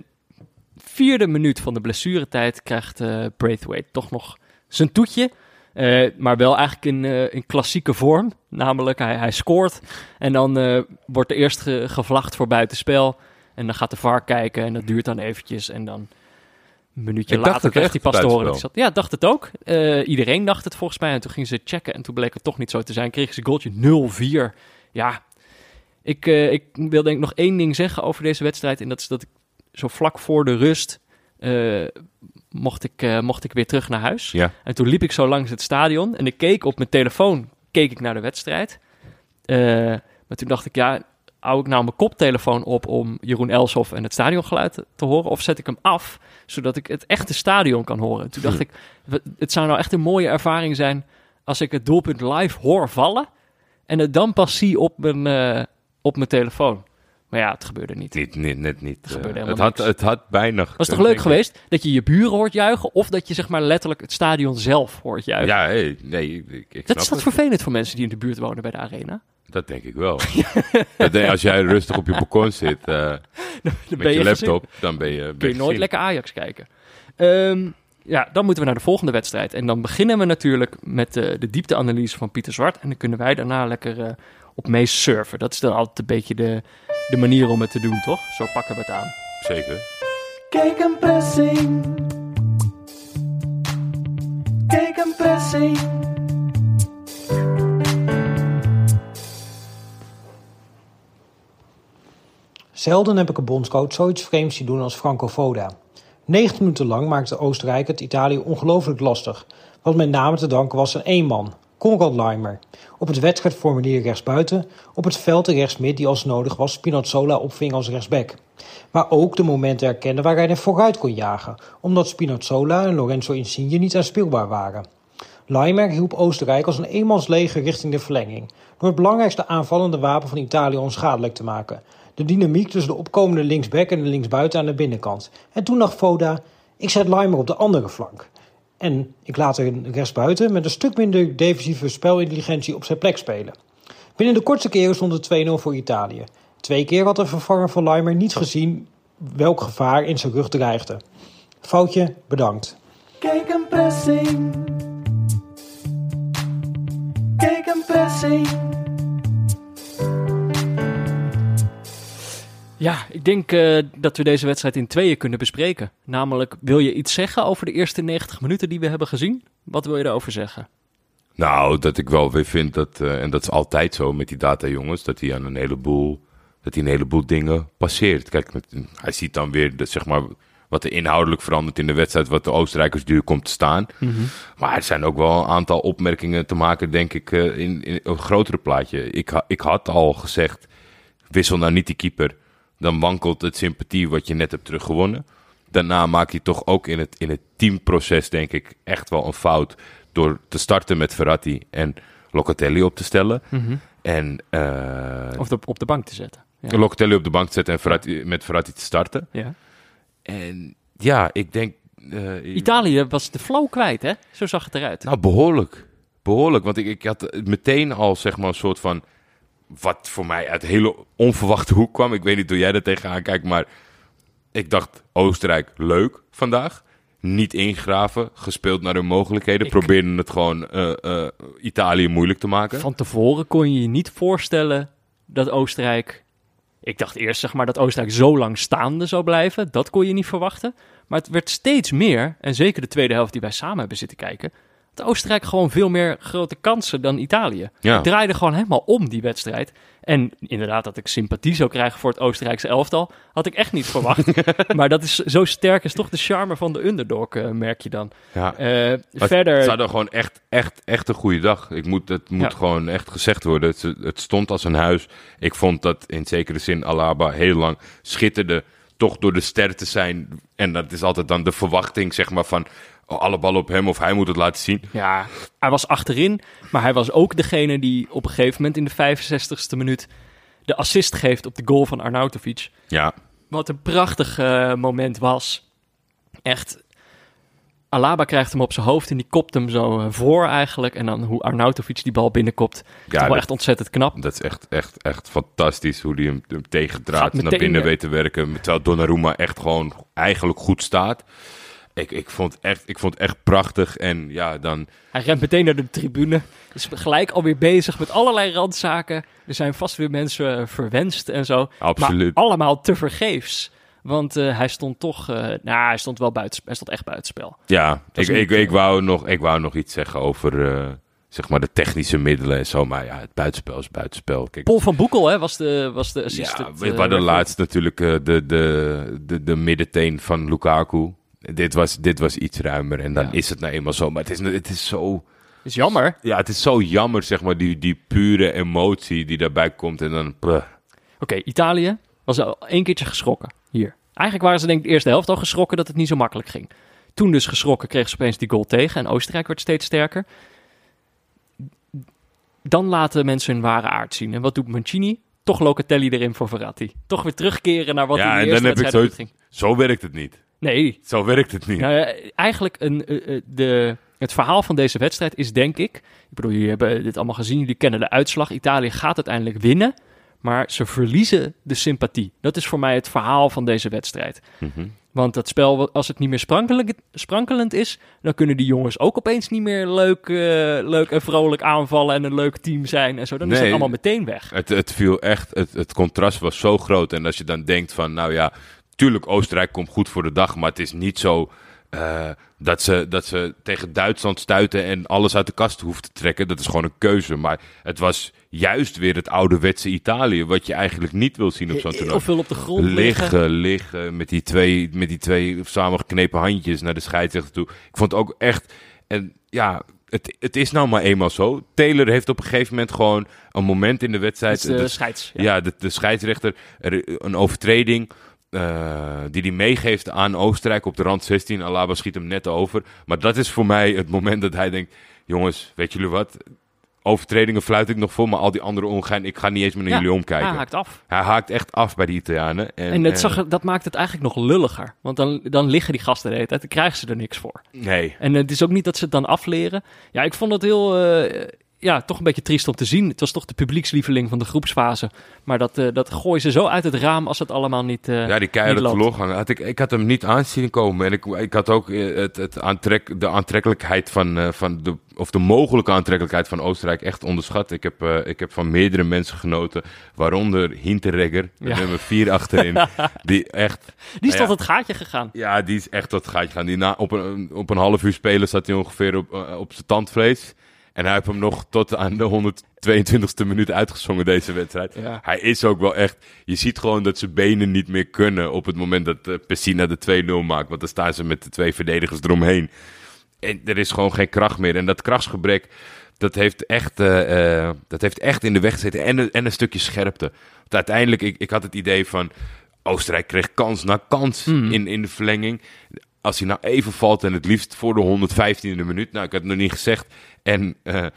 4e minuut van de blessuretijd krijgt Braithwaite toch nog zijn toetje. Maar wel eigenlijk in klassieke vorm. Namelijk, hij scoort. En dan wordt er eerst gevlacht voor buitenspel. En dan gaat de VAR kijken. En dat duurt dan eventjes. En dan een minuutje later krijgt hij pas te horen. Ja, dacht het ook. Iedereen dacht het volgens mij. En toen gingen ze checken. En toen bleek het toch niet zo te zijn. Kregen ze goaltje 0-4. Ja, ik wil denk ik nog één ding zeggen over deze wedstrijd. En dat is dat ik zo vlak voor de rust... mocht ik weer terug naar huis. Ja. En toen liep ik zo langs het stadion. En ik keek op mijn telefoon naar de wedstrijd. Maar toen dacht ik, ja, hou ik nou mijn koptelefoon op om Jeroen Elshoff en het stadiongeluid te horen? Of zet ik hem af, zodat ik het echte stadion kan horen? En toen dacht ik, het zou nou echt een mooie ervaring zijn als ik het doelpunt live hoor vallen en het dan pas zie op mijn telefoon. Maar ja, het gebeurde niet. Net niet. Het gebeurde helemaal niks. Het had bijna... Was het toch leuk geweest dat je je buren hoort juichen of dat je zeg maar letterlijk het stadion zelf hoort juichen? Ja, nee, ik snap Dat is dat vervelend voor mensen die in de buurt wonen bij de arena. Dat denk ik wel. Als jij rustig op je balkon zit met je laptop, dan ben je kun je nooit lekker Ajax kijken. Dan moeten we naar de volgende wedstrijd. En dan beginnen we natuurlijk met de diepteanalyse van Pieter Zwart. En dan kunnen wij daarna lekker op mee surfen. Dat is dan altijd een beetje de manier om het te doen, toch? Zo pakken we het aan. Zeker. Kijk een pressing. Kijk een pressing. Zelden heb ik een bondscoach zoiets vreemds zien doen als Franco Foda. 90 minuten lang maakte Oostenrijk het Italië ongelooflijk lastig. Wat met name te danken was aan één man, Konrad Laimer. Op het wedstrijdformulier rechtsbuiten, op het veld de rechtsmid die als nodig was Spinazzola opving als rechtsback. Maar ook de momenten herkende waar hij naar vooruit kon jagen, omdat Spinazzola en Lorenzo Insigne niet aanspeelbaar waren. Laimer hielp Oostenrijk als een eenmansleger richting de verlenging, door het belangrijkste aanvallende wapen van Italië onschadelijk te maken. De dynamiek tussen de opkomende linksback en de linksbuiten aan de binnenkant. En toen dacht Foda, ik zet Laimer op de andere flank. En ik laat een rechtsbuiten met een stuk minder defensieve spelintelligentie op zijn plek spelen. Binnen de kortste keren stond het 2-0 voor Italië. 2 keer had de vervanger van Laimer niet gezien welk gevaar in zijn rug dreigde. Foutje, bedankt. Kijk een pressing. Kijk een pressing. Ja, ik denk dat we deze wedstrijd in tweeën kunnen bespreken. Namelijk, wil je iets zeggen over de eerste 90 minuten die we hebben gezien? Wat wil je daarover zeggen? Nou, dat ik wel weer vind dat, en dat is altijd zo met die data-jongens, dat hij een heleboel dingen passeert. Kijk, hij ziet dan weer, zeg maar, wat er inhoudelijk verandert in de wedstrijd, wat de Oostenrijkers duur komt te staan. Mm-hmm. Maar er zijn ook wel een aantal opmerkingen te maken, denk ik, in een grotere plaatje. Ik had al gezegd, wissel nou niet die keeper. Dan wankelt het sympathie wat je net hebt teruggewonnen. Daarna maakt hij toch ook in het teamproces, denk ik, echt wel een fout. Door te starten met Verratti en Locatelli op te stellen. Mm-hmm. En, of op de bank te zetten. Ja. Locatelli op de bank te zetten en met Verratti te starten. Ja. En ja, ik denk... Italië was de flow kwijt, hè? Zo zag het eruit. Nou, behoorlijk. Behoorlijk, want ik had meteen al, zeg maar, een soort van... Wat voor mij uit hele onverwachte hoek kwam. Ik weet niet hoe jij er tegenaan kijkt, maar ik dacht Oostenrijk leuk vandaag. Niet ingraven, gespeeld naar hun mogelijkheden. Probeerden het gewoon Italië moeilijk te maken. Van tevoren kon je je niet voorstellen dat Oostenrijk... Ik dacht eerst zeg maar dat Oostenrijk zo lang staande zou blijven. Dat kon je niet verwachten. Maar het werd steeds meer, en zeker de tweede helft die wij samen hebben zitten kijken... had Oostenrijk gewoon veel meer grote kansen dan Italië. Ja. Het draaide gewoon helemaal om die wedstrijd. En inderdaad dat ik sympathie zou krijgen voor het Oostenrijkse elftal, had ik echt niet verwacht. Maar dat is zo sterk is toch de charme van de underdog, merk je dan. Ja. Verder... Ze hadden gewoon echt een goede dag. Het moet gewoon echt gezegd worden. Het stond als een huis. Ik vond dat in zekere zin Alaba heel lang schitterde, toch door de ster te zijn. En dat is altijd dan de verwachting, zeg maar, van... alle ballen op hem of hij moet het laten zien. Ja, hij was achterin, maar hij was ook degene die op een gegeven moment in de 65ste minuut de assist geeft op de goal van Arnautovic. Ja. Wat een prachtig moment was. Echt, Alaba krijgt hem op zijn hoofd en die kopt hem zo voor eigenlijk. En dan hoe Arnautovic die bal binnenkopt. Ja, dat wel echt ontzettend knap. Dat is echt fantastisch hoe hij hem tegendraadt en naar binnen weet te werken. Terwijl Donnarumma echt gewoon eigenlijk goed staat. Ik vond echt prachtig en ja, dan... Hij rent meteen naar de tribune, is gelijk alweer bezig met allerlei randzaken. Er zijn vast weer mensen verwenst en zo. Absoluut. Maar allemaal tevergeefs. Want hij stond toch... hij stond wel buiten, hij stond echt buitenspel. Ja, ik wou nog iets zeggen over... zeg maar de technische middelen en zo, maar ja, het buitenspel is buitenspel. Kijk, Paul van Boekel hè, was de assistent. Ja, we hadden laatst natuurlijk de middenteen van Lukaku. Dit was iets ruimer en dan is het nou eenmaal zo. Maar het is zo... Het is jammer. Ja, het is zo jammer, zeg maar, die pure emotie die daarbij komt en dan... Oké, Italië was al 1 keertje geschrokken hier. Eigenlijk waren ze denk ik de eerste helft al geschrokken dat het niet zo makkelijk ging. Toen dus geschrokken kregen ze opeens die goal tegen en Oostenrijk werd steeds sterker. dan laten mensen hun ware aard zien. En wat doet Mancini? Toch Locatelli erin voor Verratti. Toch weer terugkeren naar wat hij in de eerste wedstrijd ging. Zo werkt het niet. Nee. Zo werkt het niet. Nou, eigenlijk het verhaal van deze wedstrijd is, denk ik... Ik bedoel, jullie hebben dit allemaal gezien. Jullie kennen de uitslag. Italië gaat uiteindelijk winnen. Maar ze verliezen de sympathie. Dat is voor mij het verhaal van deze wedstrijd. Mhm. Want dat spel, als het niet meer sprankelend is... dan kunnen die jongens ook opeens niet meer leuk en vrolijk aanvallen... en een leuk team zijn en zo. Dan is het allemaal meteen weg. Het viel echt... Het contrast was zo groot. En als je dan denkt van... Nou ja, tuurlijk Oostenrijk komt goed voor de dag... maar het is niet zo... dat ze tegen Duitsland stuiten en alles uit de kast hoeft te trekken. Dat is gewoon een keuze. Maar het was juist weer het ouderwetse Italië... wat je eigenlijk niet wil zien op zo'n toernooi. Heel veel op de grond liggen met die twee samengeknepen handjes naar de scheidsrechter toe. Ik vond het ook echt... En ja, het is nou maar eenmaal zo. Taylor heeft op een gegeven moment gewoon een moment in de wedstrijd... De scheidsrechter, een overtreding... die hij meegeeft aan Oostenrijk op de rand 16. Alaba schiet hem net over. Maar dat is voor mij het moment dat hij denkt... Jongens, weet jullie wat? Overtredingen fluit ik nog voor, maar al die andere ongein... Ik ga niet eens meer naar jullie omkijken. Hij haakt af. Hij haakt echt af bij de Italianen. En dat maakt het eigenlijk nog lulliger. Want dan liggen die gasten de hele tijd. Dan krijgen ze er niks voor. Nee. En het is ook niet dat ze het dan afleren. Ja, ik vond het heel... toch een beetje triest om te zien. Het was toch de publiekslieveling van de groepsfase. Maar dat gooien ze zo uit het raam als het allemaal niet die keiharde teloorgang. Ik had hem niet aanzien komen. En ik had ook de aantrekkelijkheid of de mogelijke aantrekkelijkheid van Oostenrijk echt onderschat. Ik heb van meerdere mensen genoten. Waaronder Hinteregger, de nummer 4 achterin. Die is tot het gaatje gegaan. Ja, die is echt tot het gaatje gegaan. Op een half uur spelen zat hij ongeveer op zijn tandvlees. En hij heeft hem nog tot aan de 122e minuut uitgezongen, deze wedstrijd. Ja. Hij is ook wel echt... Je ziet gewoon dat zijn benen niet meer kunnen op het moment dat Pessina de 2-0 maakt. Want dan staan ze met de 2 verdedigers eromheen. En er is gewoon geen kracht meer. En dat krachtsgebrek, dat heeft echt in de weg gezeten. En een stukje scherpte. Want uiteindelijk, ik had het idee van... Oostenrijk kreeg kans na kans in de verlenging. Als hij nou even valt en het liefst voor de 115e minuut. Nou, ik had het nog niet gezegd. En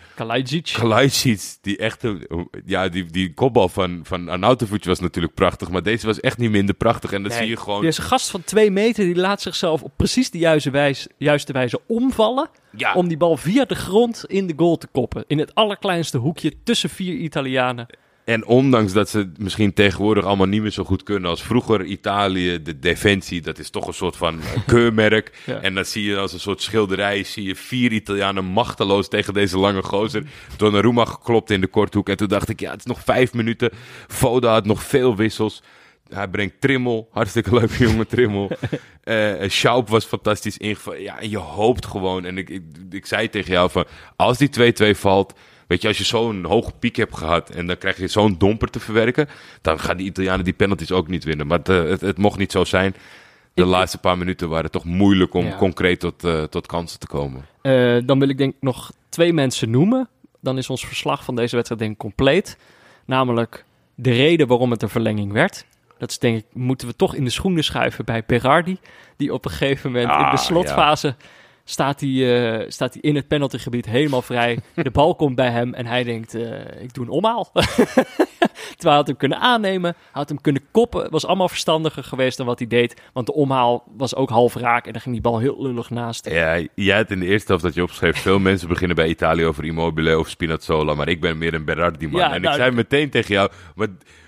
Kalajdzic, die echte... die kopbal van Arnautovic was natuurlijk prachtig. Maar deze was echt niet minder prachtig. En dat zie je gewoon... Er is een gast van 2 meter die laat zichzelf op precies de juiste wijze omvallen. Ja. Om die bal via de grond in de goal te koppen. In het allerkleinste hoekje tussen 4 Italianen. En ondanks dat ze misschien tegenwoordig allemaal niet meer zo goed kunnen als vroeger, Italië, de defensie, dat is toch een soort van keurmerk. Ja. En dan zie je als een soort schilderij, 4 Italianen machteloos tegen deze lange gozer. Donnarumma geklopt in de korthoek. En toen dacht ik, het is nog 5 minuten. Foda had nog veel wissels. Hij brengt Trimmel, hartstikke leuke jongen Trimmel. Schaub was fantastisch ingevallen. Ja, en je hoopt gewoon. En ik zei tegen jou van, als die 2-2 valt... Weet je, als je zo'n hoge piek hebt gehad en dan krijg je zo'n domper te verwerken, dan gaan die Italianen die penalties ook niet winnen. Maar het mocht niet zo zijn. De laatste paar minuten waren toch moeilijk om concreet tot kansen te komen. Dan wil ik denk ik nog 2 mensen noemen. Dan is ons verslag van deze wedstrijd denk ik compleet. Namelijk de reden waarom het een verlenging werd. Dat is denk ik, moeten we toch in de schoenen schuiven bij Berardi. Die op een gegeven moment in de slotfase... Ja. Staat hij in het penaltygebied helemaal vrij. De bal komt bij hem en hij denkt, ik doe een omhaal. Terwijl hij had hem kunnen aannemen, had hem kunnen koppen. Was allemaal verstandiger geweest dan wat hij deed. Want de omhaal was ook half raak en dan ging die bal heel lullig naast. Ja, jij had in de eerste helft dat je opschreef, veel mensen beginnen bij Italië over Immobile of Spinazzola. Maar ik ben meer een Berardi man. Ja, en ik zei meteen tegen jou... Maar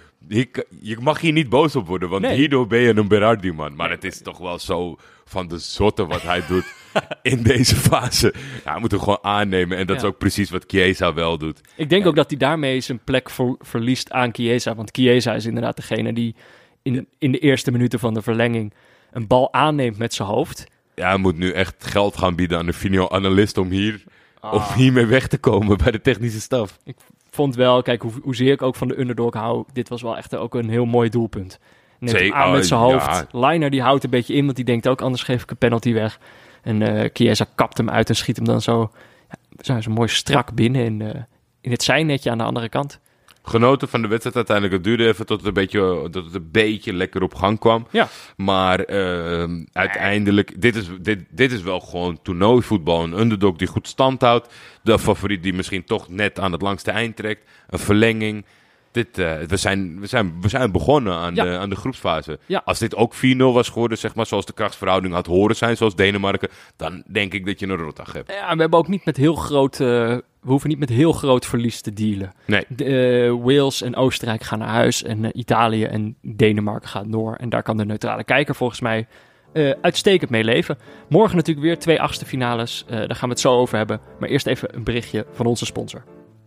je mag hier niet boos op worden, want hierdoor ben je een Berardi man. Maar het is toch wel zo van de zotte wat hij doet in deze fase. Ja, hij moet hem gewoon aannemen. En dat is ook precies wat Chiesa wel doet. Ik denk ook dat hij daarmee zijn plek verliest aan Chiesa. Want Chiesa is inderdaad degene die in de eerste minuten van de verlenging een bal aanneemt met zijn hoofd. Ja, hij moet nu echt geld gaan bieden aan de videoanalist om hiermee weg te komen bij de technische staf. Ik vond wel, kijk, hoezeer ik ook van de underdog hou, dit was wel echt ook een heel mooi doelpunt. Neemt hem aan met zijn hoofd. Ja. Leiner die houdt een beetje in, want die denkt ook, anders geef ik een penalty weg. En Chiesa kapt hem uit en schiet hem dan zo mooi strak binnen in het zijnetje aan de andere kant. Genoten van de wedstrijd uiteindelijk. Het duurde even tot het een beetje lekker op gang kwam. Ja. Maar uiteindelijk, dit is wel gewoon toernooivoetbal. Een underdog die goed stand houdt. De favoriet die misschien toch net aan het langste eind trekt. Een verlenging. We zijn begonnen aan de groepsfase. Ja. Als dit ook 4-0 was geworden, zeg maar, zoals de krachtsverhouding had horen zijn, zoals Denemarken, dan denk ik dat je een rotdag hebt. Ja, we hebben ook niet met heel groot... we hoeven niet met heel groot verlies te dealen. Nee. Wales en Oostenrijk gaan naar huis en Italië en Denemarken gaan door. En daar kan de neutrale kijker volgens mij uitstekend mee leven. Morgen natuurlijk weer 2 achtste finales. Daar gaan we het zo over hebben. Maar eerst even een berichtje van onze sponsor.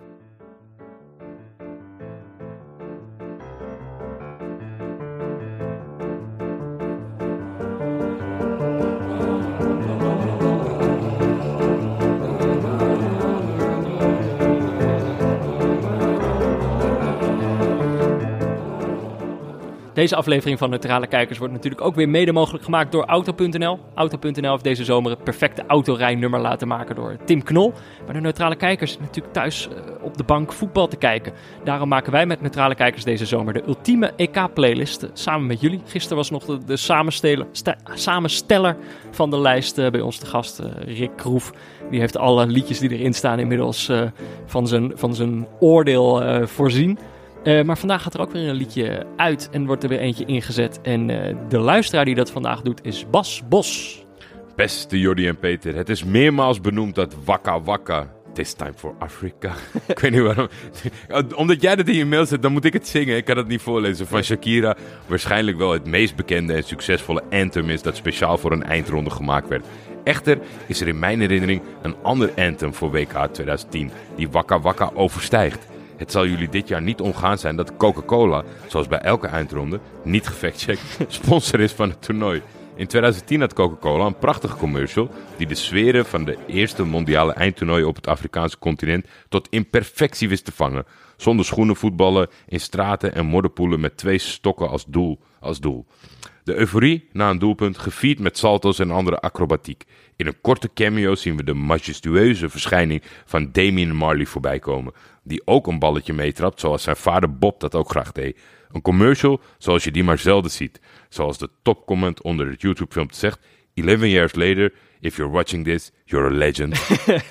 Deze aflevering van Neutrale Kijkers wordt natuurlijk ook weer mede mogelijk gemaakt door Auto.nl. Auto.nl heeft deze zomer het perfecte autorijnummer laten maken door Tim Knol. Maar de Neutrale Kijkers zitten natuurlijk thuis op de bank voetbal te kijken. Daarom maken wij met Neutrale Kijkers deze zomer de ultieme EK-playlist samen met jullie. Gisteren was nog de samensteller van de lijst bij ons te gast, Rick Kroef. Die heeft alle liedjes die erin staan inmiddels van zijn oordeel voorzien. Maar vandaag gaat er ook weer een liedje uit en wordt er weer eentje ingezet. En de luisteraar die dat vandaag doet is Bas Bos. Beste Jordi en Peter, het is meermaals benoemd dat Waka Waka, This Time for Africa. Ik weet niet waarom. Omdat jij dat in je mail zet, dan moet ik het zingen. Ik kan het niet voorlezen. Van Shakira, waarschijnlijk wel het meest bekende en succesvolle anthem is dat speciaal voor een eindronde gemaakt werd. Echter is er in mijn herinnering een ander anthem voor WK 2010 die Waka Waka overstijgt. Het zal jullie dit jaar niet omgaan zijn dat Coca-Cola, zoals bij elke eindronde, niet gefactcheckt, sponsor is van het toernooi. In 2010 had Coca-Cola een prachtige commercial die de sferen van de eerste mondiale eindtoernooi op het Afrikaanse continent tot in perfectie wist te vangen. Zonder schoenen voetballen, in straten en modderpoelen met 2 stokken als doel. De euforie na een doelpunt, gevierd met salto's en andere acrobatiek. In een korte cameo zien we de majestueuze verschijning van Damian Marley voorbij komen, die ook een balletje meetrapt, zoals zijn vader Bob dat ook graag deed. Een commercial zoals je die maar zelden ziet. Zoals de topcomment onder het YouTube-filmpje zegt: 11 years later, if you're watching this, you're a legend.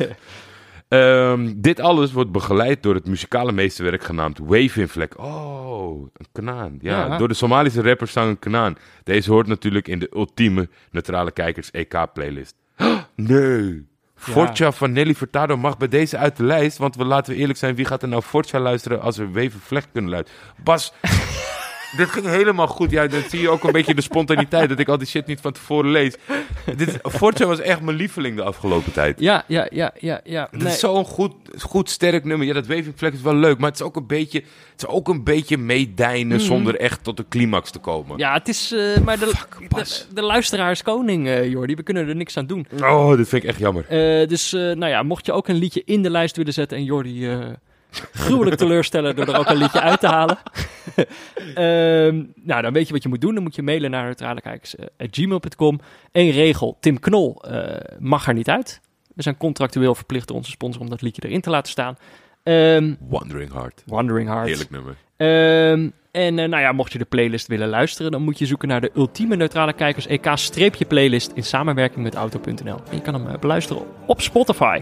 Dit alles wordt begeleid door het muzikale meesterwerk genaamd Waving Flag. Oh, een Kanaan. Ja, door de Somalische rapper Sang Kanaan. Deze hoort natuurlijk in de ultieme Neutrale Kijkers EK-playlist. Nee. Forza van Nelly Furtado mag bij deze uit de lijst. Want laten we eerlijk zijn, wie gaat er nou Forza luisteren als we Waving Flag kunnen luisteren? Bas, dit ging helemaal goed. Ja, dan zie je ook een beetje de spontaniteit, dat ik al die shit niet van tevoren lees. Forza was echt mijn lieveling de afgelopen tijd. Ja. Het is zo'n goed sterk nummer. Ja, dat Waving Flag is wel leuk, maar het is ook een beetje meedijnen zonder echt tot de climax te komen. Ja, het is... maar de luisteraar is koning, Jordi. We kunnen er niks aan doen. Oh, dit vind ik echt jammer. Dus mocht je ook een liedje in de lijst willen zetten en Jordi... gruwelijk teleurstellen door er ook een liedje uit te halen. Dan weet je wat je moet doen. Dan moet je mailen naar neutralekijkers@gmail.com. Eén regel, Tim Knol mag er niet uit. We zijn contractueel verplicht door onze sponsor om dat liedje erin te laten staan. Wandering Heart. Heerlijk nummer. Mocht je de playlist willen luisteren, dan moet je zoeken naar de ultieme Neutrale Kijkers EK-playlist in samenwerking met Auto.nl. En je kan hem beluisteren op Spotify.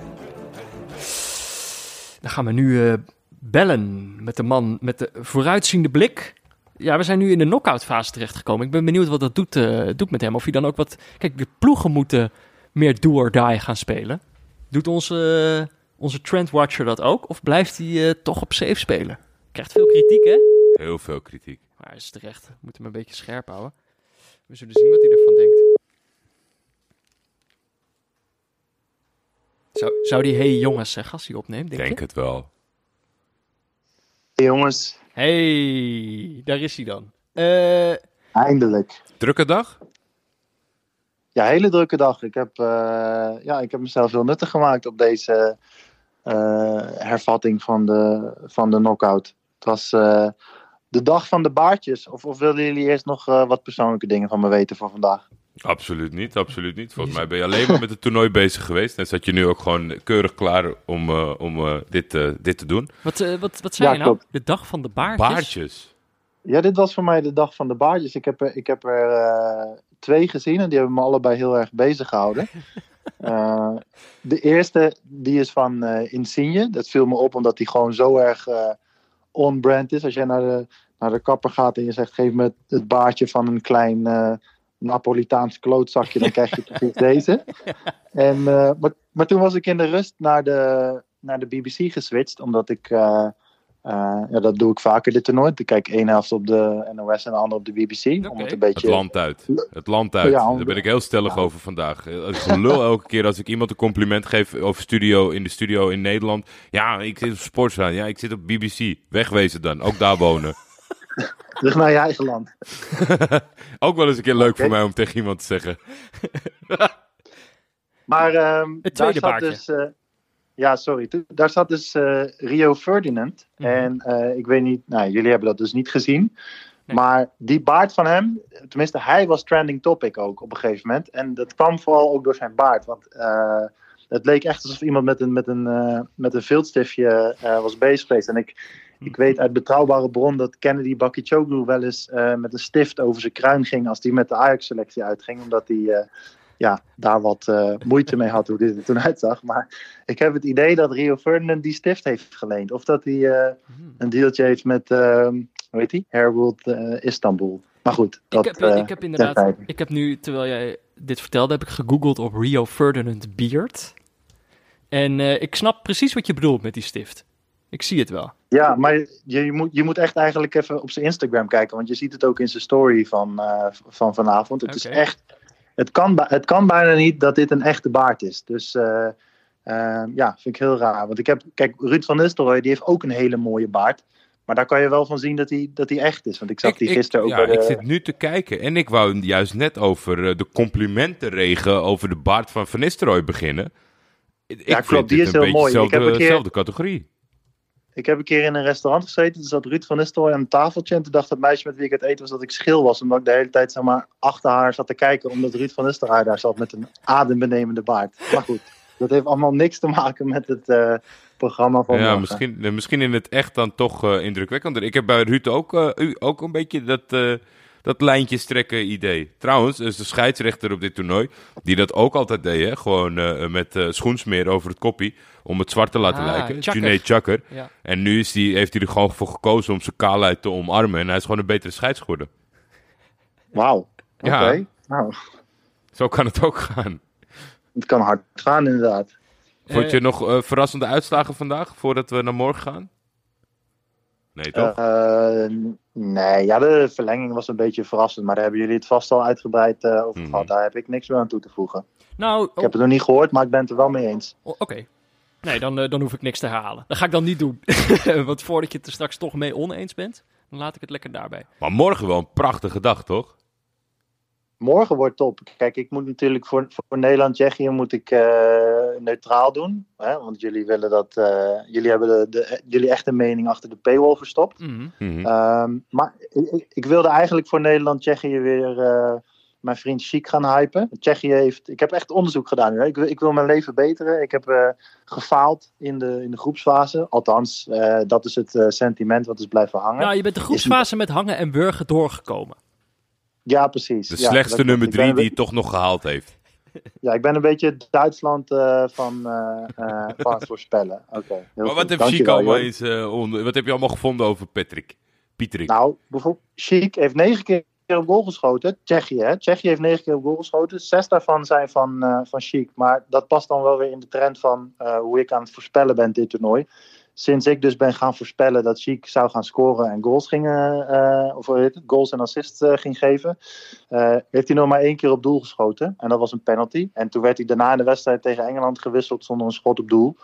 Dan gaan we nu bellen met de man met de vooruitziende blik. Ja, we zijn nu in de knock-out fase terechtgekomen. Ik ben benieuwd wat dat doet met hem. Of hij dan ook wat... Kijk, de ploegen moeten meer do or die gaan spelen. Doet onze trendwatcher dat ook? Of blijft hij toch op safe spelen? Krijgt veel kritiek, hè? Heel veel kritiek. Maar dat is terecht. We moeten hem een beetje scherp houden. We zullen zien wat hij ervan denkt. Zou die hey jongens zeggen als hij opneemt, denk het wel. Hey jongens. Hey, daar is hij dan. Eindelijk. Drukke dag? Ja, hele drukke dag. Ik heb mezelf heel nuttig gemaakt op deze hervatting van de knockout. Het was de dag van de baardjes. Of willen jullie eerst nog wat persoonlijke dingen van me weten voor vandaag? Absoluut niet, absoluut niet. Volgens mij ben je alleen maar met het toernooi bezig geweest. En zat je nu ook gewoon keurig klaar om dit te doen. Wat zei Ja, je nou? klopt. De dag van de baardjes? Baardjes. Ja, dit was voor mij de dag van de baardjes. Ik heb er 2 gezien en die hebben me allebei heel erg bezig gehouden. De eerste, die is van Insigne. Dat viel me op omdat die gewoon zo erg on-brand is. Als jij naar de kapper gaat en je zegt, geef me het baardje van een klein Napolitaans klootzakje, dan krijg je precies deze. Maar toen was ik in de rust naar de BBC geswitcht, omdat ik... dat doe ik vaker dit toernooi. Ik kijk 1 helft op de NOS en de andere op de BBC. Om het een beetje... Het land uit. Het land uit. Ja, Daar ben ik heel stellig over vandaag. Ik gelul elke keer als ik iemand een compliment geef over in de studio in Nederland. Ja, ik zit op Sportza. Ja, ik zit op BBC. Wegwezen dan. Ook daar wonen. Terug naar je eigen land. Ook wel eens een keer leuk voor mij om tegen iemand te zeggen. Maar Het tweede daar baardje. zat dus... ja, sorry. Daar zat dus Rio Ferdinand. Mhm. En ik weet niet... Nou, jullie hebben dat dus niet gezien. Nee. Maar die baard van hem... Tenminste, hij was trending topic ook op een gegeven moment. En dat kwam vooral ook door zijn baard. Want het leek echt alsof iemand met een viltstiftje was bezig geweest. En ik weet uit betrouwbare bron dat Kennedy Bakircioglu wel eens met een stift over zijn kruin ging als hij met de Ajax-selectie uitging. Omdat hij daar wat moeite mee had hoe dit er toen uitzag. Maar ik heb het idee dat Rio Ferdinand die stift heeft geleend. Of dat hij een dealtje heeft met, hoe heet die? Hairworld Istanbul. Maar goed, dat Ik heb inderdaad, terzijde. ik heb nu, terwijl jij dit vertelde, heb ik gegoogeld op Rio Ferdinand beard. En ik snap precies wat je bedoelt met die stift. Ik zie het wel. Ja, maar je moet echt eigenlijk even op zijn Instagram kijken. Want je ziet het ook in zijn story van vanavond. Het is Oké. echt... Het kan bijna niet dat dit een echte baard is. Dus vind ik heel raar. Want kijk, Ruud van Nistelrooy, die heeft ook een hele mooie baard. Maar daar kan je wel van zien dat hij echt is. Want ik zag die gisteren ook bij de... Ik zit nu te kijken en ik wou juist net over de complimentenregen over de baard van Van Nistelrooy beginnen. Ik klopt, vind die dit is een heel beetje mooi. dezelfde categorie. Ik heb een keer in een restaurant gezeten. Toen zat Ruud van Nistelrooy aan een tafeltje. En toen dacht het meisje met wie ik het eten was dat ik schil was. Omdat ik de hele tijd zeg maar, achter haar zat te kijken. Omdat Ruud van Nistelrooy daar zat met een adembenemende baard. Maar goed, dat heeft allemaal niks te maken met het programma van Ja, morgen. misschien in het echt dan toch indrukwekkender. Ik heb bij Ruud ook een beetje dat lijntje strekken idee. Trouwens, is de scheidsrechter op dit toernooi, die dat ook altijd deed, hè? Gewoon met schoensmeer over het koppie, om het zwart te laten lijken. Chakker. Junaid Chakker. Ja. En nu heeft hij er gewoon voor gekozen om zijn kaalheid te omarmen. En hij is gewoon een betere scheids geworden. Wauw, oké. Ja. Nou, Zo kan het ook gaan. het kan hard gaan inderdaad. Vond je nog verrassende uitslagen vandaag, voordat we naar morgen gaan? Nee, toch? Nee, ja, de verlenging was een beetje verrassend. Maar daar hebben jullie het vast al uitgebreid over gehad. Daar heb ik niks meer aan toe te voegen. Nou, Ik heb het nog niet gehoord, maar ik ben het er wel mee eens. oké. Nee, dan hoef ik niks te herhalen. Dat ga ik dan niet doen. Want voordat je het er straks toch mee oneens bent, dan laat ik het lekker daarbij. Maar morgen wel een prachtige dag, toch? Morgen wordt top. Kijk, ik moet natuurlijk voor Nederland-Tsjechië moet ik neutraal doen. Hè? Want jullie willen dat. Jullie hebben jullie echte mening achter de paywall verstopt. Mhm. Mhm. Maar ik wilde eigenlijk voor Nederland-Tsjechië weer mijn vriend Chic gaan hypen. Tsjechië heeft. Ik heb echt onderzoek gedaan. Hè? Ik wil mijn leven beteren. Ik heb gefaald in de groepsfase. Althans, dat is het sentiment wat is blijven hangen. Nou, je bent de groepsfase met hangen en wurgen doorgekomen. Ja, precies. De Ja, slechtste dat- nummer ik 3 ben- die het toch nog gehaald heeft. Ja, ik ben een beetje het Duitsland van het voorspellen. Oké. heel Maar goed. wat heeft Dankjewel, Chic allemaal Jorn. wat heb je allemaal gevonden over Patrick? Pieterik. Nou, bijvoorbeeld, Chic heeft 9 keer op goal geschoten. Tsjechië, hè? Tsjechië heeft 9 keer op goal geschoten. 6 daarvan zijn van Chic. Maar dat past dan wel weer in de trend van hoe ik aan het voorspellen ben dit toernooi. Sinds ik dus ben gaan voorspellen dat Chic zou gaan scoren en goals en assists ging geven, heeft hij nog maar 1 keer op doel geschoten. En dat was een penalty. En toen werd hij daarna in de wedstrijd tegen Engeland gewisseld zonder een schot op doel.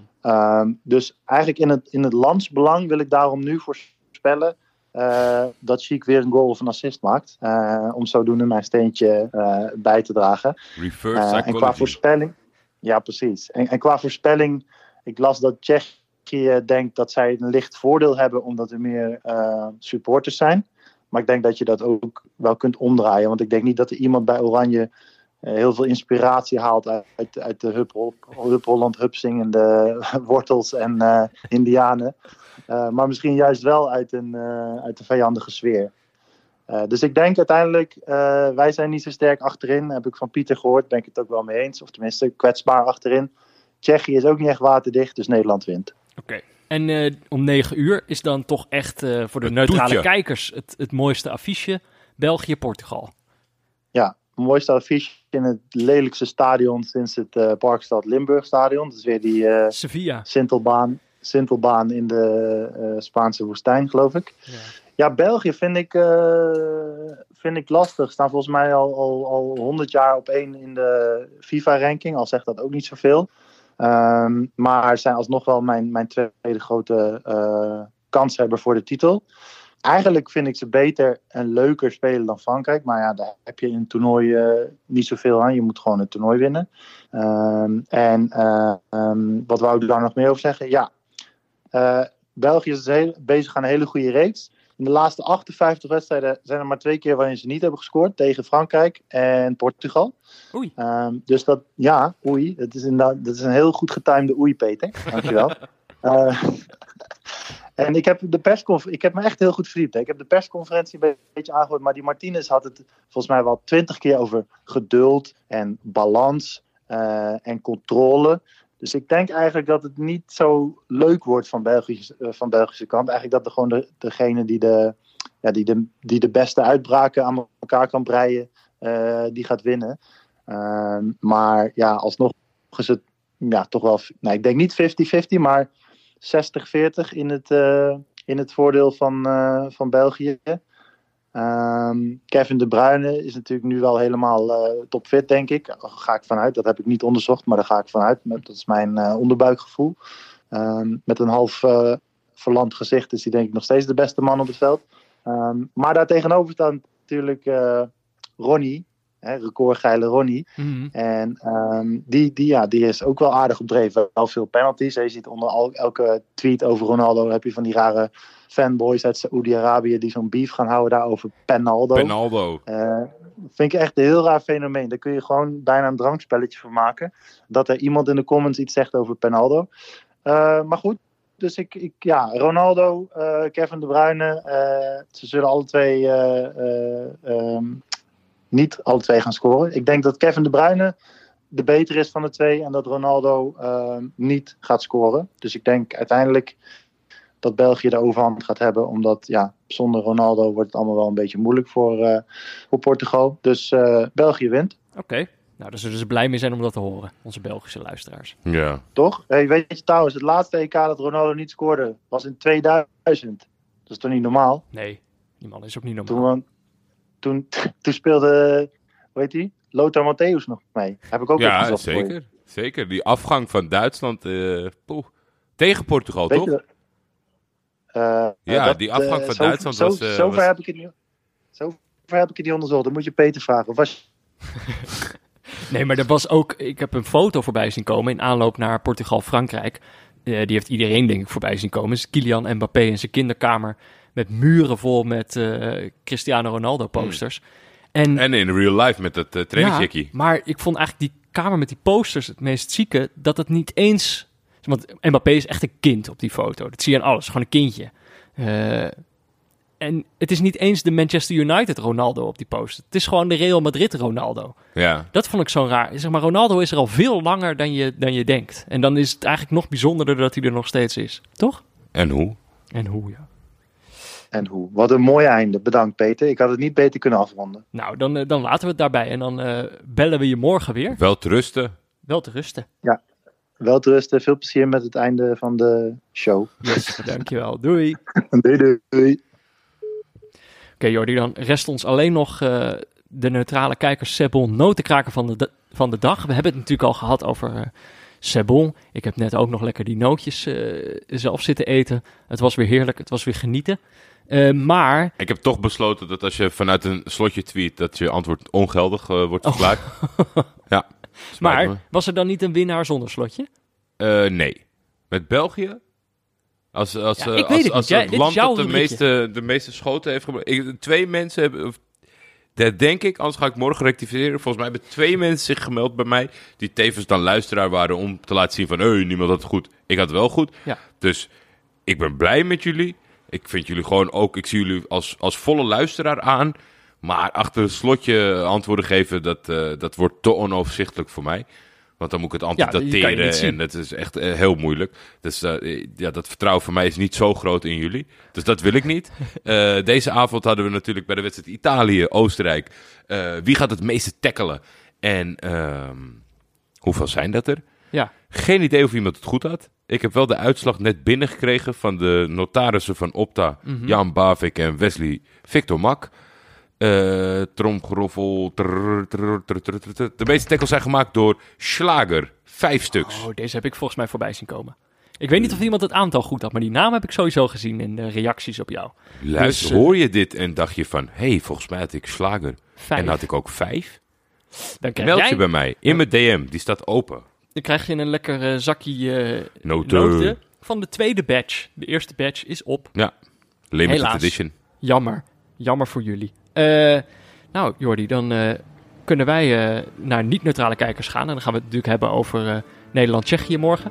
Dus eigenlijk in het landsbelang wil ik daarom nu voorspellen dat Chic weer een goal of een assist maakt. Om zodoende mijn steentje bij te dragen. Reverse En qua psychology. voorspelling... Ja, precies. En qua voorspelling... Ik las dat Tsjechië denkt dat zij een licht voordeel hebben omdat er meer supporters zijn. Maar ik denk dat je dat ook wel kunt omdraaien. Want ik denk niet dat er iemand bij Oranje heel veel inspiratie haalt uit de Hup Holland, Hup zingende wortels en indianen. Maar misschien juist wel uit de vijandige sfeer. Dus ik denk uiteindelijk, wij zijn niet zo sterk achterin. Heb ik van Pieter gehoord, ben ik het ook wel mee eens. Of tenminste, kwetsbaar achterin. Tsjechië is ook niet echt waterdicht, dus Nederland wint. Oké. En om 9 uur is dan toch echt voor de neutrale kijkers het mooiste affiche. België-Portugal. Ja, het mooiste affiche in het lelijkste stadion sinds het Parkstad Limburg stadion. Dat is weer die Sevilla. Sintelbaan in de Spaanse woestijn, geloof ik. Ja, België vind ik lastig. Staan volgens mij al 100 jaar op 1 in de FIFA-ranking. Al zegt dat ook niet zoveel. Maar zijn alsnog wel mijn tweede grote kanshebber voor de titel. Eigenlijk vind ik ze beter en leuker spelen dan Frankrijk. Maar ja, daar heb je in een toernooi niet zoveel aan. Je moet gewoon het toernooi winnen. Wat wou ik daar nog meer over zeggen? Ja, België is bezig aan een hele goede reeks. In de laatste 58 wedstrijden zijn er maar 2 keer waarin ze niet hebben gescoord. Tegen Frankrijk en Portugal. Oei. Dus dat is een heel goed getimede oei, Peter. Dankjewel. En ik heb me echt heel goed verdiept. Hè. Ik heb de persconferentie een beetje aangehoord. Maar die Martinez had het volgens mij wel 20 keer over geduld en balans en controle. Dus ik denk eigenlijk dat het niet zo leuk wordt van Belgische kant. Eigenlijk dat er gewoon degene die de beste uitbraken aan elkaar kan breien, die gaat winnen. Maar ja, alsnog is het toch wel... Nou, ik denk niet 50-50, maar 60-40 in het voordeel van België. Kevin De Bruyne is natuurlijk nu wel helemaal topfit, denk ik. Daar ga ik vanuit. Dat heb ik niet onderzocht, maar daar ga ik vanuit. Dat is mijn onderbuikgevoel. Met een half verlamd gezicht is hij denk ik nog steeds de beste man op het veld. Maar daartegenover staat natuurlijk Ronnie. Recordgeile Ronnie. Mm-hmm. En die is ook wel aardig op dreef. Wel veel penalties. Je ziet onder elke tweet over Ronaldo heb je van die rare fanboys uit Saoedi-Arabië die zo'n beef gaan houden daar over Penaldo. Vind ik echt een heel raar fenomeen. Daar kun je gewoon bijna een drankspelletje van maken. Dat er iemand in de comments iets zegt over Penaldo. Maar goed. Dus Ronaldo, Kevin De Bruyne. Ze zullen alle twee niet alle twee gaan scoren. Ik denk dat Kevin De Bruyne de beter is van de twee en dat Ronaldo niet gaat scoren. Dus ik denk uiteindelijk dat België de overhand gaat hebben, omdat zonder Ronaldo wordt het allemaal wel een beetje moeilijk voor Portugal. Dus België wint. Oké. Nou, daar zullen ze blij mee zijn om dat te horen, onze Belgische luisteraars. Ja. Toch? Hey, weet je trouwens, het laatste EK dat Ronaldo niet scoorde was in 2000. Dat is toch niet normaal? Nee, die man is ook niet normaal. Toen speelde, hoe heet die? Lothar Matthäus nog mee. Heb ik ook opgezocht. Ja, zeker. Die afgang van Duitsland tegen Portugal, toch? Die afgang van Duitsland was... Zover heb ik het niet onderzocht. Dan moet je Peter vragen. Of was... Nee, maar er was ook... Ik heb een foto voorbij zien komen in aanloop naar Portugal-Frankrijk. Die heeft iedereen, denk ik, voorbij zien komen. Is Kylian Mbappé in zijn kinderkamer met muren vol met Cristiano Ronaldo posters. En in real life met dat trainingsjackie. Ja, maar ik vond eigenlijk die kamer met die posters het meest zieke, dat het niet eens... Want Mbappé is echt een kind op die foto. Dat zie je aan alles, gewoon een kindje. En het is niet eens de Manchester United Ronaldo op die poster. Het is gewoon de Real Madrid Ronaldo. Ja. Dat vond ik zo raar. Zeg maar, Ronaldo is er al veel langer dan je denkt. En dan is het eigenlijk nog bijzonderder dat hij er nog steeds is. Toch? En hoe? Ja. En hoe? Wat een mooi einde. Bedankt, Peter. Ik had het niet beter kunnen afronden. Nou, dan laten we het daarbij. En dan bellen we je morgen weer. Wel te rusten. Ja, wel te rusten. Veel plezier met het einde van de show. Yes, dankjewel. Doei. Doei. Oké, Jordi, dan rest ons alleen nog de neutrale kijkers Sebon notenkraker van de dag. We hebben het natuurlijk al gehad over Sebon. Ik heb net ook nog lekker die nootjes zelf zitten eten. Het was weer heerlijk, het was weer genieten. Maar... Ik heb toch besloten dat als je vanuit een slotje tweet, dat je antwoord ongeldig wordt verklaard. Ja. Maar was er dan niet een winnaar zonder slotje? Nee. Met België Ik weet het niet. Als Dit het is land jouw dat de meeste schoten heeft gebruikt. 2 mensen hebben... Dat denk ik, anders ga ik morgen rectificeren. Volgens mij hebben 2 mensen zich gemeld bij mij... die tevens dan luisteraar waren om te laten zien van... niemand had het goed. Ik had het wel goed. Ja. Dus ik ben blij met jullie. Ik vind jullie gewoon ook... Ik zie jullie als volle luisteraar aan. Maar achter het slotje antwoorden geven... dat wordt te onoverzichtelijk voor mij. Want dan moet ik het die kan je antidateren niet zien. en dat is echt heel moeilijk. Dus dat vertrouwen van mij is niet zo groot in jullie. Dus dat wil ik niet. Deze avond hadden we natuurlijk bij de wedstrijd Italië-Oostenrijk. Wie gaat het meeste tackelen? En hoeveel zijn dat er? Ja. Geen idee of iemand het goed had. Ik heb wel de uitslag net binnengekregen van de notarissen van Opta. Jan Bavik en Wesley Victor Mak. Tromgeroffel. De meeste tackles zijn gemaakt door Schlager. 5 stuks. Oh, deze heb ik volgens mij voorbij zien komen. Ik weet niet of iemand het aantal goed had, maar die naam heb ik sowieso gezien in de reacties op jou. Luister, Dus, hoor je dit en dacht je van... volgens mij had ik Schlager. 5. En had ik ook 5. Dan krijg Meld je jij... bij mij. In mijn DM. Die staat open. Dan krijg je een lekker zakje Noten. noten van de tweede batch. De eerste batch is op. Ja. Limited Helaas. edition. Jammer. Jammer voor jullie. Nou, Jordi, dan kunnen wij naar niet-neutrale kijkers gaan. En dan gaan we het natuurlijk hebben over Nederland-Tsjechië morgen.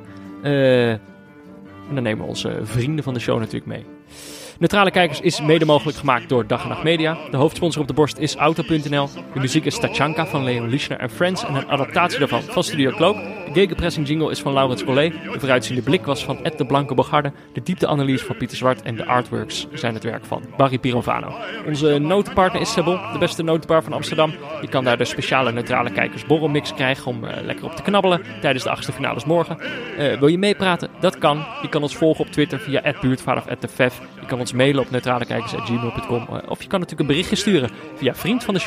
En dan nemen we onze vrienden van de show natuurlijk mee. Neutrale Kijkers is mede mogelijk gemaakt door Dag en Nacht Media. De hoofdsponsor op de borst is Auto.nl. De muziek is Tachanka van Leon Lischner en Friends en een adaptatie daarvan van Studio Cloak. De gegenpressing jingle is van Laurens Collet. De vooruitziende blik was van Ed de Blanke Bogarde. De diepteanalyse van Pieter Zwart en de artworks zijn het werk van Barry Pirovano. Onze notenpartner is Sebel, de beste notenbar van Amsterdam. Je kan daar de speciale Neutrale Kijkers borrelmix krijgen om lekker op te knabbelen tijdens de 8e finales morgen. Wil je meepraten? Dat kan. Je kan ons volgen op Twitter via @buurtvader of @defef. Je kan ons mailen op neutralekijkers@gmail.com. Of je kan natuurlijk een berichtje sturen via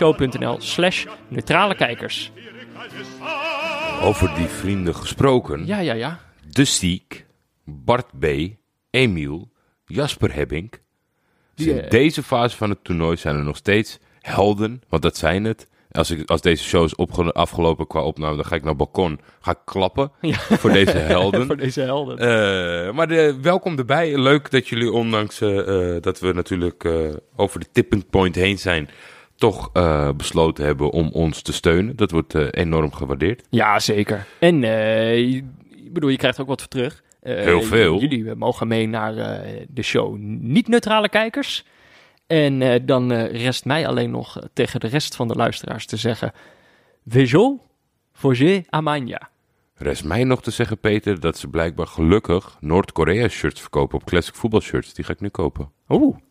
vriendvandeshow.nl/neutralekijkers. Over die vrienden gesproken. Ja. De Stiek, Bart B., Emiel, Jasper Hebbink. Dus in deze fase van het toernooi zijn er nog steeds helden, want dat zijn het. Als deze show is afgelopen qua opname, dan ga ik naar het balkon, ga ik klappen voor deze helden. Voor deze helden. Maar welkom erbij. Leuk dat jullie, ondanks dat we natuurlijk over de tipping point heen zijn, toch besloten hebben om ons te steunen. Dat wordt enorm gewaardeerd. Ja, zeker. En je krijgt ook wat voor terug. Heel veel. Jullie mogen mee naar de show niet-neutrale kijkers. En dan rest mij alleen nog tegen de rest van de luisteraars te zeggen... Vejo, Foger, Amanya. Rest mij nog te zeggen, Peter, dat ze blijkbaar gelukkig Noord-Korea shirts verkopen op classic voetbalshirts. Die ga ik nu kopen. Oeh.